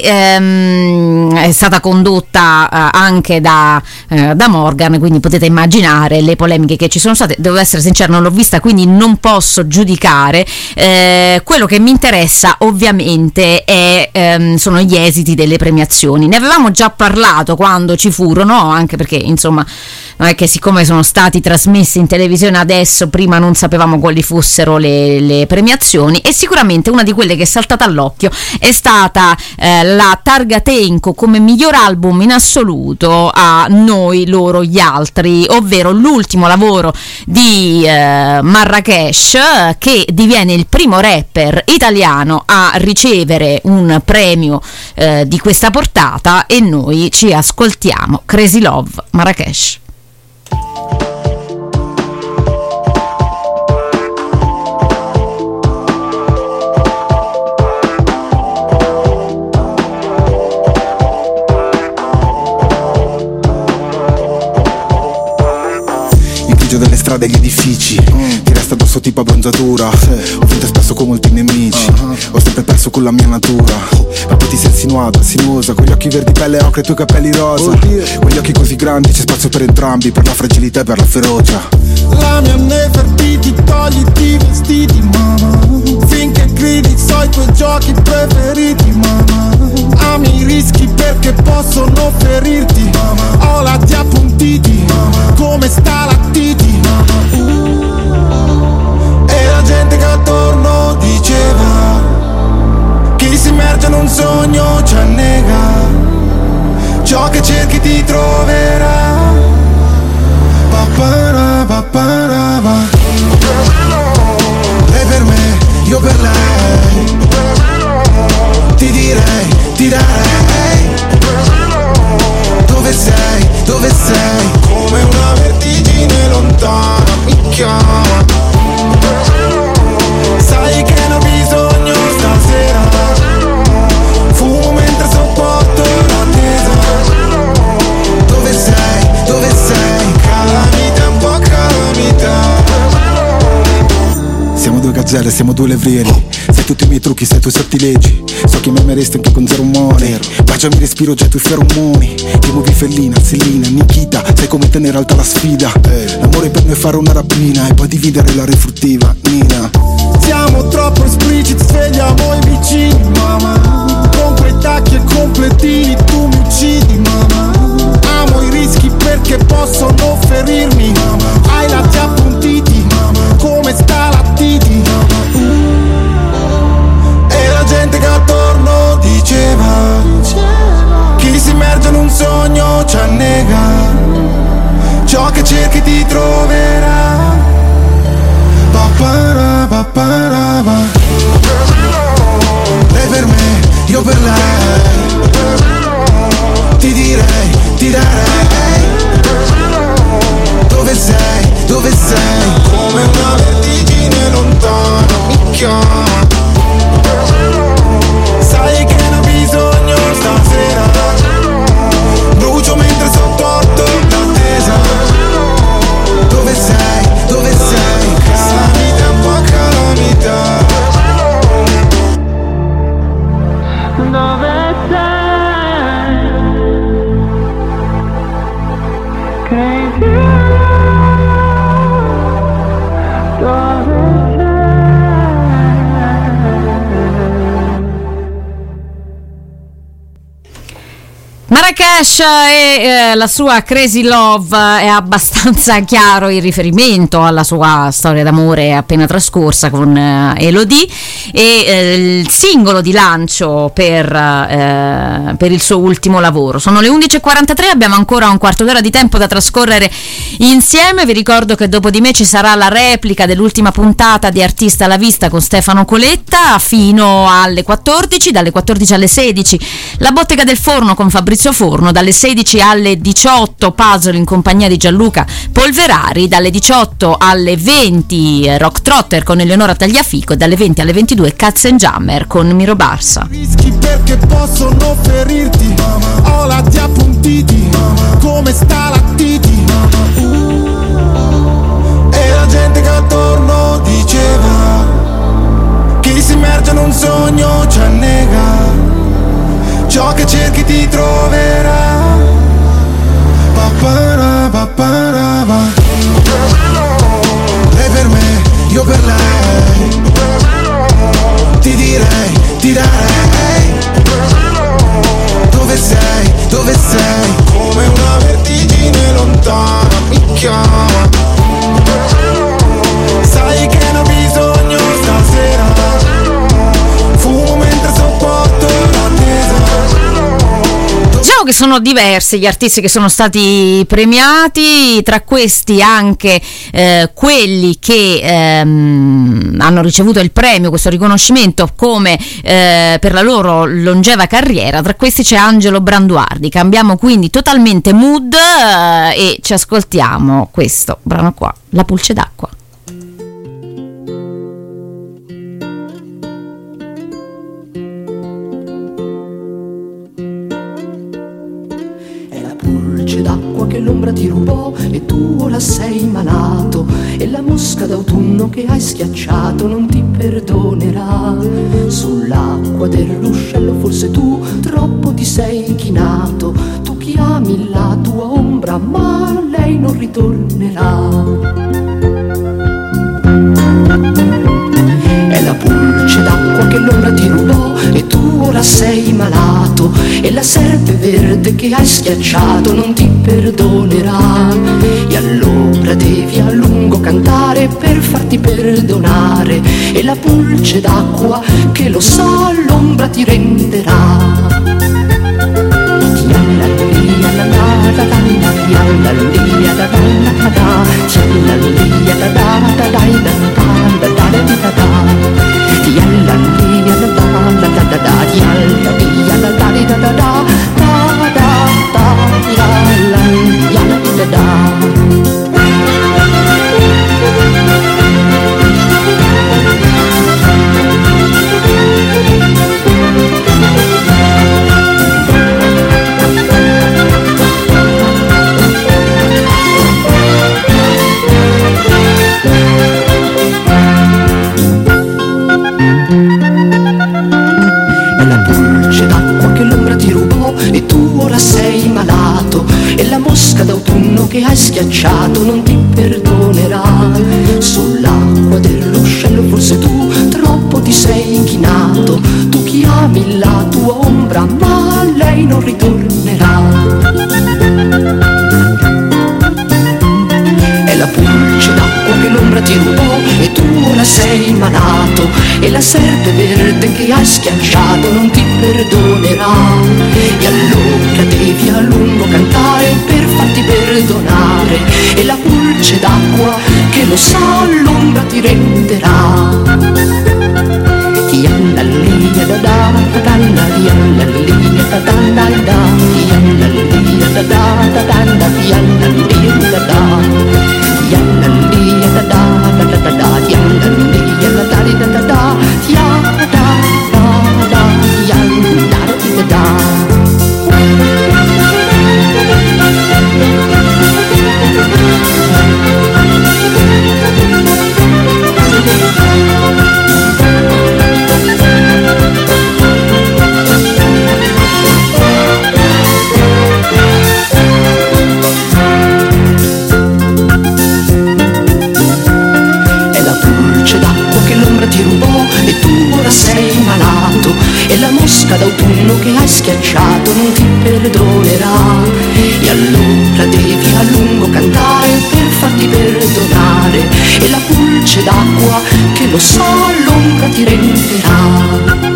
è stata condotta anche da Morgan, quindi potete immaginare le polemiche che ci sono state. Devo essere sincera, non l'ho vista, quindi non posso giudicare. Quello che mi interessa ovviamente sono gli esiti delle premiazioni. Ne avevamo già parlato quando ci furono, anche perché insomma non è che siccome sono stati trasmessi in televisione adesso, prima non sapevamo quali fossero le premiazioni, e sicuramente una di quelle che è saltata all'occhio è stata la targa Tenco come miglior album in assoluto a Noi, loro, gli altri, ovvero l'ultimo lavoro di Marracash, che diviene il primo rapper italiano a ricevere un premio di questa portata, e noi ci ascoltiamo Crazy Love, Marracash. Delle strade e gli edifici, ti resta addosso perso tipo abbronzatura. Ho vinto spesso con molti nemici, ho sempre perso con la mia natura. Ma poi ti sei insinuata, sinuosa, con gli occhi verdi pelle ocre e i tuoi capelli rosa. Con gli occhi così grandi c'è spazio per entrambi, per la fragilità e per la ferocia. La mia Nefertiti, togliti i vestiti, mamma. Finché gridi so i tuoi giochi preferiti, mamma. Ami i rischi perché possono ferirti, mamma. Ho lati appuntiti, mamma. Come sta la Titi, mamma. E la gente che attorno diceva: chi si immerge in un sogno ci annega, ciò che cerchi ti troverà. Papara, papara, va. Lei per me, io per lei. Ti direi, ti darei. Dove sei, dove sei? Come una vertigine lontana mi chiama. Sai che ne ho bisogno stasera. Fumo mentre sopporto l'attesa. Dove sei, dove sei? Calamita, un po' calamita. Siamo due gazzelle, siamo due levrieri. Sai tutti i miei trucchi, sai i tuoi sortilegi. So che mi ameresti anche con zero umore. Baciami, respiro già i tuoi feromoni. Ti muovi Fellina, Sellina, Nikita. Sai come tenere alta la sfida. L'amore per noi è fare una rapina e poi dividere la refruttiva, Nina. Siamo troppo espliciti, svegliamo i vicini, mamma. Con quei tacchi e completini tu mi uccidi, mamma. Amo i rischi perché possono ferirmi, mamma. Hai lati appuntiti, mamma. Come sta la Titi, mamma. E la gente che attorno diceva: chi si immerge in un sogno ci annega, ciò che cerchi ti troverà. Papara, papara, va. Lei per me, io per lei. Ti direi, ti darei. Dove sei, dove sei? Come una vertigine lontana mi chiama. Sai che ne ho bisogno stasera. Brucio mentre sopporto l'attesa. Dove sei, dove sei? Calamita, un po' calamita. Dove sei? Crazy. Marrakesh e la sua Crazy Love, è abbastanza chiaro il riferimento alla sua storia d'amore appena trascorsa con Elodie e il singolo di lancio per il suo ultimo lavoro. Sono le 11.43, abbiamo ancora un quarto d'ora di tempo da trascorrere insieme. Vi ricordo che dopo di me ci sarà la replica dell'ultima puntata di Artista alla Vista con Stefano Coletta fino alle 14, dalle 14 alle 16 la Bottega del Forno con Fabrizio Forno, dalle 16 alle 18 Puzzle in compagnia di Gianluca Polverari, dalle 18 alle 20 Rock Trotter con Eleonora Tagliafico e dalle 20 alle 22 Cats and Jammer con Miro Barsa. Rischi perché possono ferirti, mamma. Ho lati appuntiti, mamma. Come sta la Titi, mamma. E la gente che attorno diceva: chi si immerge in un sogno ci annega, ciò che cerchi ti troverà. Papara, papara, va. Lei per me, io per lei. Ti direi, ti darei. Dove sei, dove sei? Come una vertigine lontana mi chiama. Sai che ne ho bisogno stasera. Fumo mentre sopporto l'attesa. Diciamo che sono diversi gli artisti che sono stati premiati, tra questi anche quelli che hanno ricevuto il premio, questo riconoscimento come per la loro longeva carriera. Tra questi c'è Angelo Branduardi. Cambiamo quindi totalmente mood e ci ascoltiamo questo brano qua, La Pulce d'acqua. pulce d'acqua che l'ombra ti rubò e tu ora sei malato, e la mosca d'autunno che hai schiacciato non ti perdonerà. Sull'acqua del ruscello forse tu troppo ti sei chinato, tu chiami la tua ombra ma lei non ritornerà. È la pulce d'acqua che l'ombra ti rubò e tu ora sei malato, e la serpe verde che hai schiacciato non ti perdonerà. E allora devi a lungo cantare per farti perdonare, e la pulce d'acqua che lo sa l'ombra ti renderà. Che hai schiacciato non ti perdonerà. Sull'acqua del ruscello forse tu troppo ti sei inchinato, tu chiami la tua ombra ma lei non ritornerà. È la pulce d'acqua che l'ombra ti rubò e tu ora sei malato, e la serpe verde che hai schiacciato non ti perdonerà. E allora devi a lungo cantare per farti perdonare, e la pulce d'acqua che lo sa l'ombra ti renderà. D'autunno che hai schiacciato non ti perdonerà. E allora devi a lungo cantare per farti perdonare, e la pulce d'acqua che lo sa l'ombra ti renderà.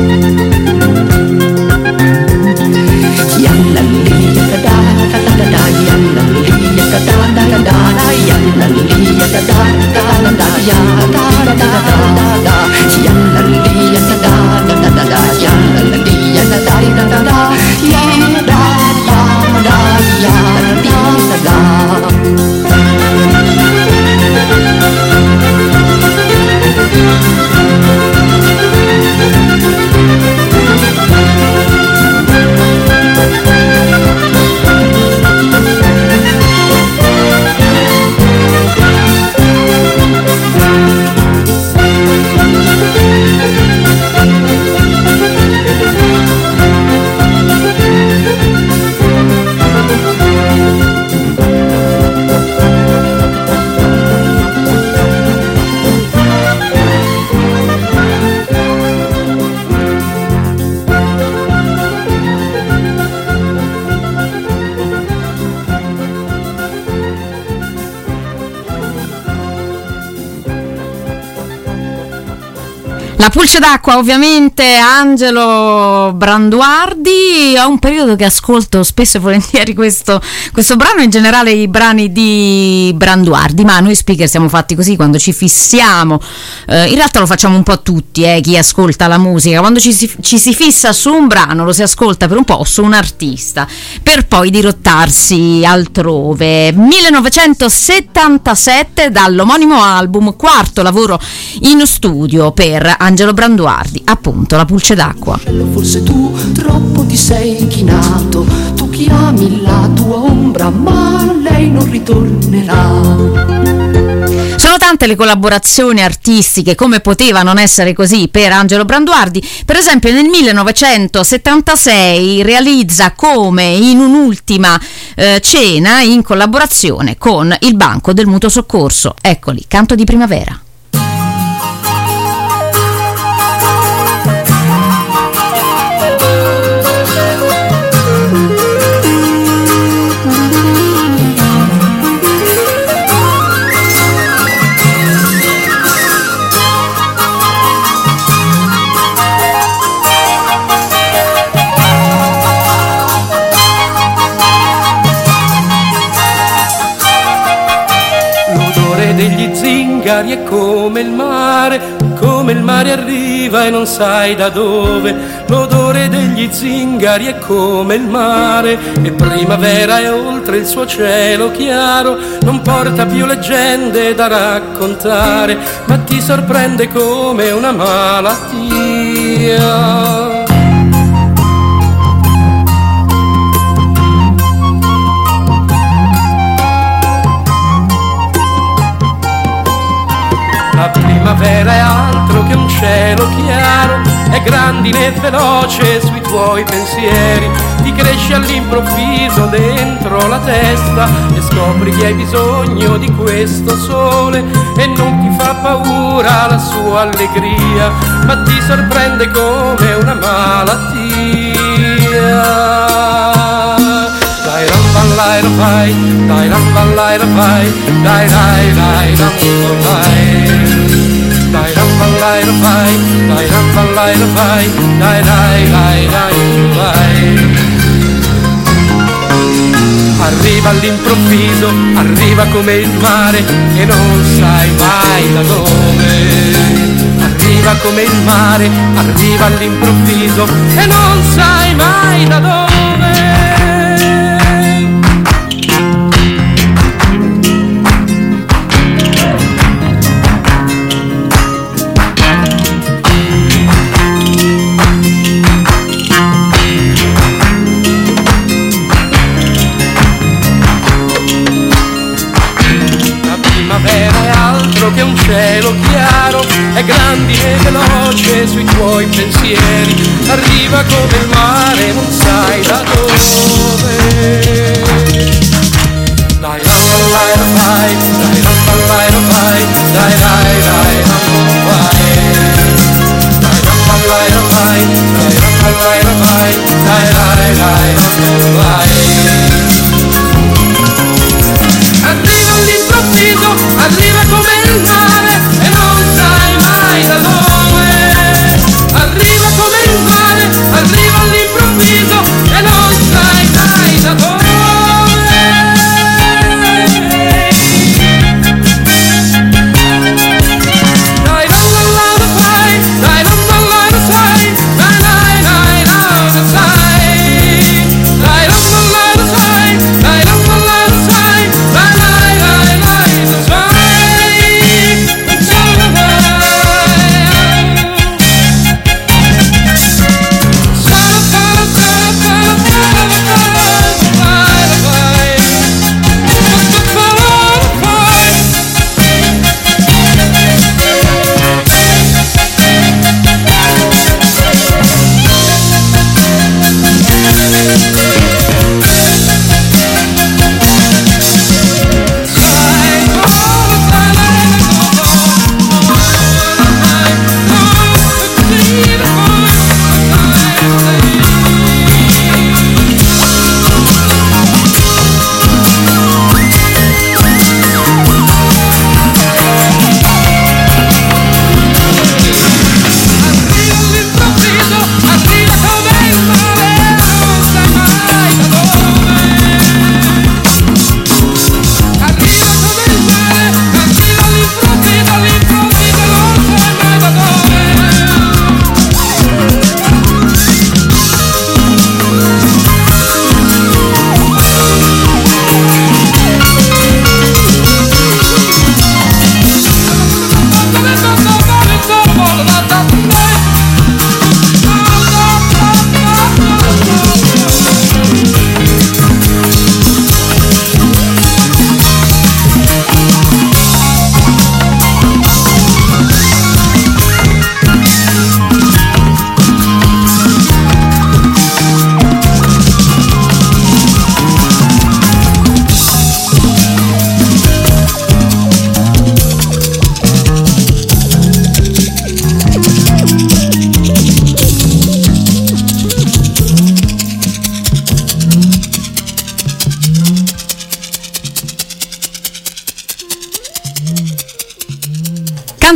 La pulce d'acqua, ovviamente, Angelo Branduardi. Ho un periodo che ascolto spesso e volentieri questo brano, in generale i brani di Branduardi, ma noi speaker siamo fatti così, quando ci fissiamo, in realtà lo facciamo un po' tutti, chi ascolta la musica, quando ci si fissa su un brano lo si ascolta per un po', su un artista, per poi dirottarsi altrove. 1977, dall'omonimo album, quarto lavoro in studio per Angelo Branduardi, appunto, La pulce d'acqua. Forse tu troppo ti sei chinato, tu chiami la tua ombra nonostante le collaborazioni artistiche, come poteva non essere così per Angelo Branduardi, per esempio nel 1976 realizza Come in un'ultima cena in collaborazione con il Banco del Mutuo Soccorso. Eccoli, Canto di primavera. Degli zingari è come il mare arriva e non sai da dove. L'odore degli zingari è come il mare, e primavera è oltre il suo cielo chiaro. Non porta più leggende da raccontare, ma ti sorprende come una malattia. La primavera è altro che un cielo chiaro, è grandine e veloce sui tuoi pensieri. Ti cresce all'improvviso dentro la testa e scopri che hai bisogno di questo sole, e non ti fa paura la sua allegria, ma ti sorprende come una malattia. Dai ramballai lo fai, dai ramballai lo fai, dai dai dai ramballai. Dai ramballai lo fai, dai ramballai lo fai, dai dai dai dai vai. Arriva all'improvviso, arriva come il mare e non sai mai da dove. Arriva come il mare, arriva all'improvviso e non sai mai da dove. Che un cielo chiaro, è grandine e veloce sui tuoi pensieri. Arriva come il mare, non sai da dove. Dai ramballai lo fai, dai ramballai lo fai, dai dai dai ramballai. Dai ramballai lo fai, dai ramballai lo fai, dai dai dai ramballai. Arriva all'improvviso, arriva come il mare e non sai mai da dove. Arriva come il mare, arriva all'improvviso e non sai mai da dove. Dai ramballai lo fai, dai ramballai lo sai, dai dai dai lo sai. Dai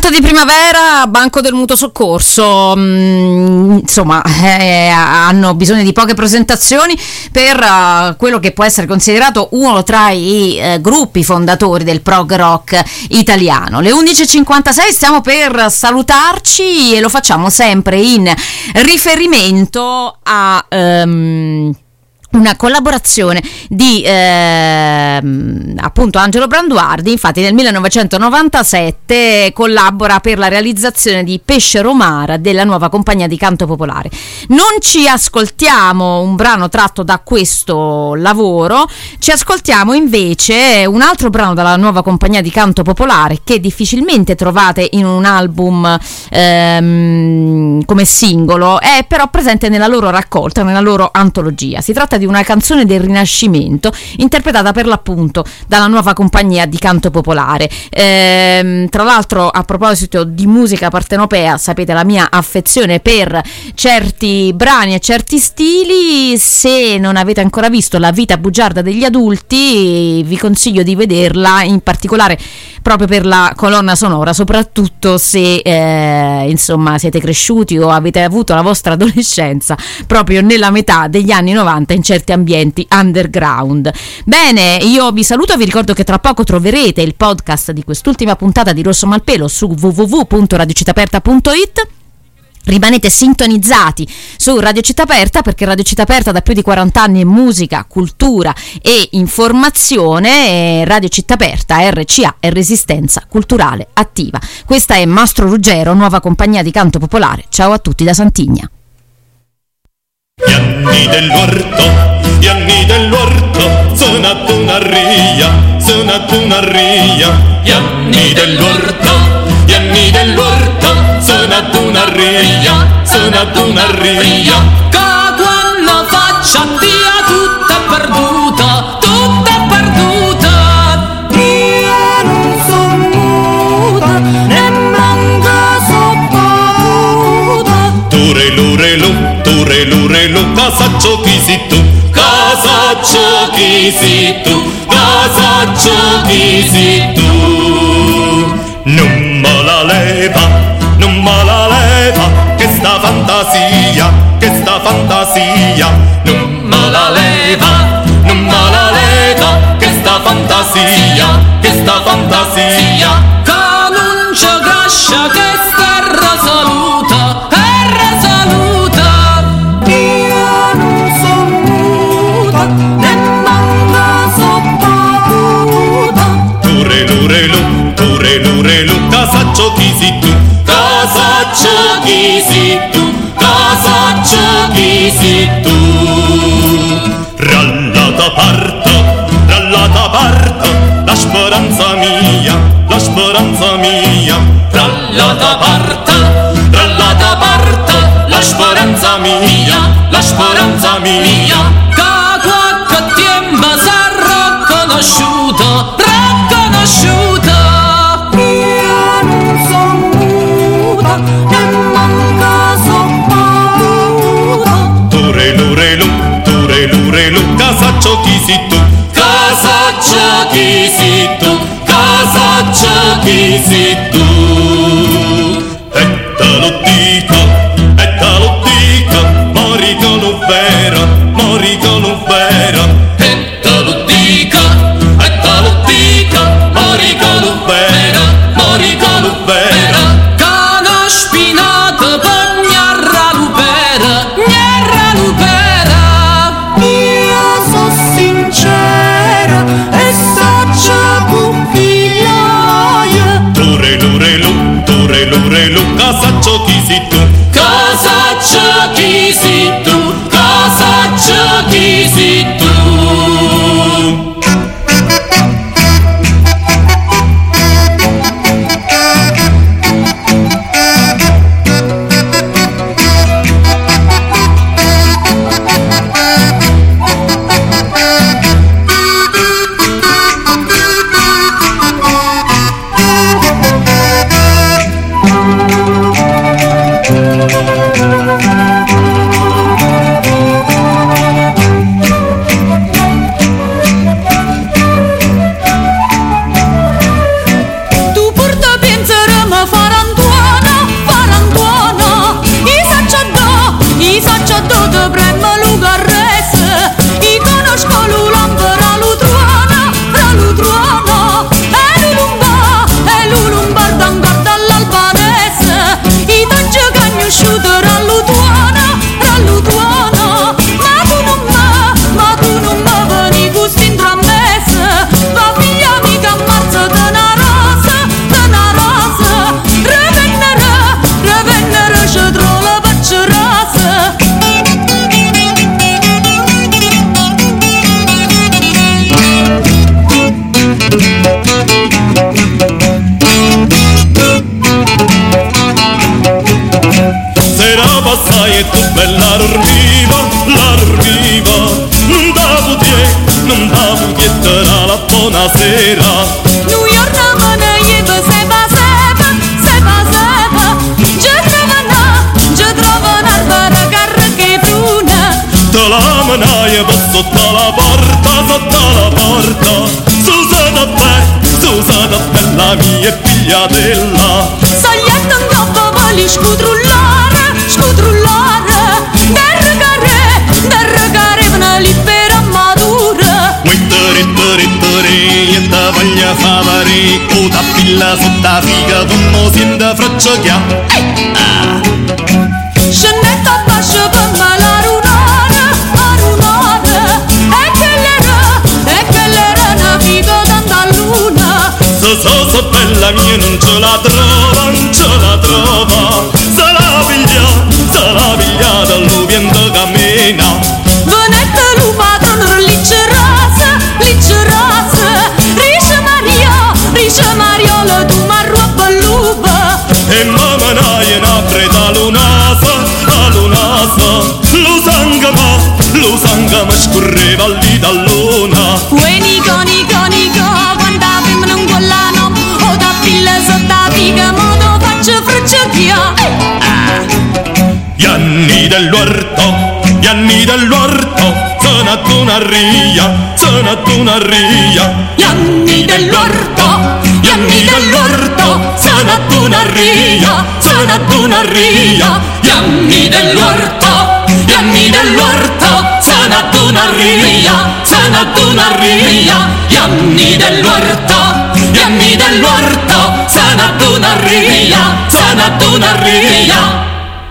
Punta di primavera, Banco del Mutuo Soccorso, insomma hanno bisogno di poche presentazioni per quello che può essere considerato uno tra i gruppi fondatori del prog rock italiano. Le 11.56, stiamo per salutarci e lo facciamo sempre in riferimento a una collaborazione di appunto Angelo Branduardi. Infatti nel 1997 collabora per la realizzazione di Pesce Romara della nuova compagnia di canto popolare. Non ci ascoltiamo un brano tratto da questo lavoro, ci ascoltiamo invece un altro brano dalla nuova compagnia di canto popolare che difficilmente trovate in un album come singolo, è però presente nella loro raccolta, nella loro antologia. Si tratta di una canzone del Rinascimento interpretata per l'appunto dalla nuova compagnia di canto popolare. Tra l'altro, a proposito di musica partenopea, sapete la mia affezione per certi brani e certi stili. Se non avete ancora visto La vita bugiarda degli adulti, vi consiglio di vederla, in particolare proprio per la colonna sonora, soprattutto se insomma siete cresciuti o avete avuto la vostra adolescenza proprio nella metà degli anni 90 in certi ambienti underground. Bene, io vi saluto, vi ricordo che tra poco troverete il podcast di quest'ultima puntata di Rosso Malpelo su www.radiocittaperta.it. Rimanete sintonizzati su Radio Città Aperta, perché Radio Città Aperta da più di 40 anni è musica, cultura e informazione. E Radio Città Aperta, RCA, è resistenza culturale attiva. Questa è Mastro Ruggero, nuova compagnia di canto popolare. Ciao a tutti da Santigna. Gli anni dell'orto, suonato una ria, gli anni dell'orto, suonato una ria, che quando faccia via tutta è perduta, io non son muta, ne manca so paura. Turelu, casa giochi si tu, non me la leva, che sta fantasia, non me la leva, che sta fantasia, che non c'è cascia che sta risoluta, io non son muta, ne manca so paura. Turelu, casa giochi si tu, rallata parta, la speranza mia, rallata parta, la speranza mia, Che qualche tempo s'è riconosciuta, io non son muta, ne manca so paura. Turelu, casa giochi si tu, e te lo dico, Morica Lovera, E te lo dico, Morica Lovera, che una spinata per gnarra lupera, io so sincera e saccia puppillaia. Turelu, casa giochi si tu, Cosa giochi si tu, l'arriva, non da pudietterà la buonasera. New York na mana yeba seba je trovo un'albera che bruna. Te la manaia va sotto la porta, Susa da bella mia figliatella. Soglietto un coppo voli scudrullare, derregare una libera madura. E ta voglia favare, o ta pilla sotto la figa, tu mo siente fracciocchia. Scennetta bascia per me la runare, e che l'era una vita tanta luna. So bella mia non ce la trova, se la piglia dall'uviento cammina. Venette lu padrone licce rasa, Rice Mariola tu marro balluba. E mamma naia n'appreta l'unasa, lo sanga ma scorreva lì dall'una. Uè nico, quando abbiamo non quell'anno, o da pilla sotto la figa, modo faccio fracciocchia. Gli anni dell'orto, sono ad una ria. Gli anni dell'orto, sono ad una ria. Gli anni dell'orto, sono ad una ria. Gli anni dell'orto, sono ad una ria.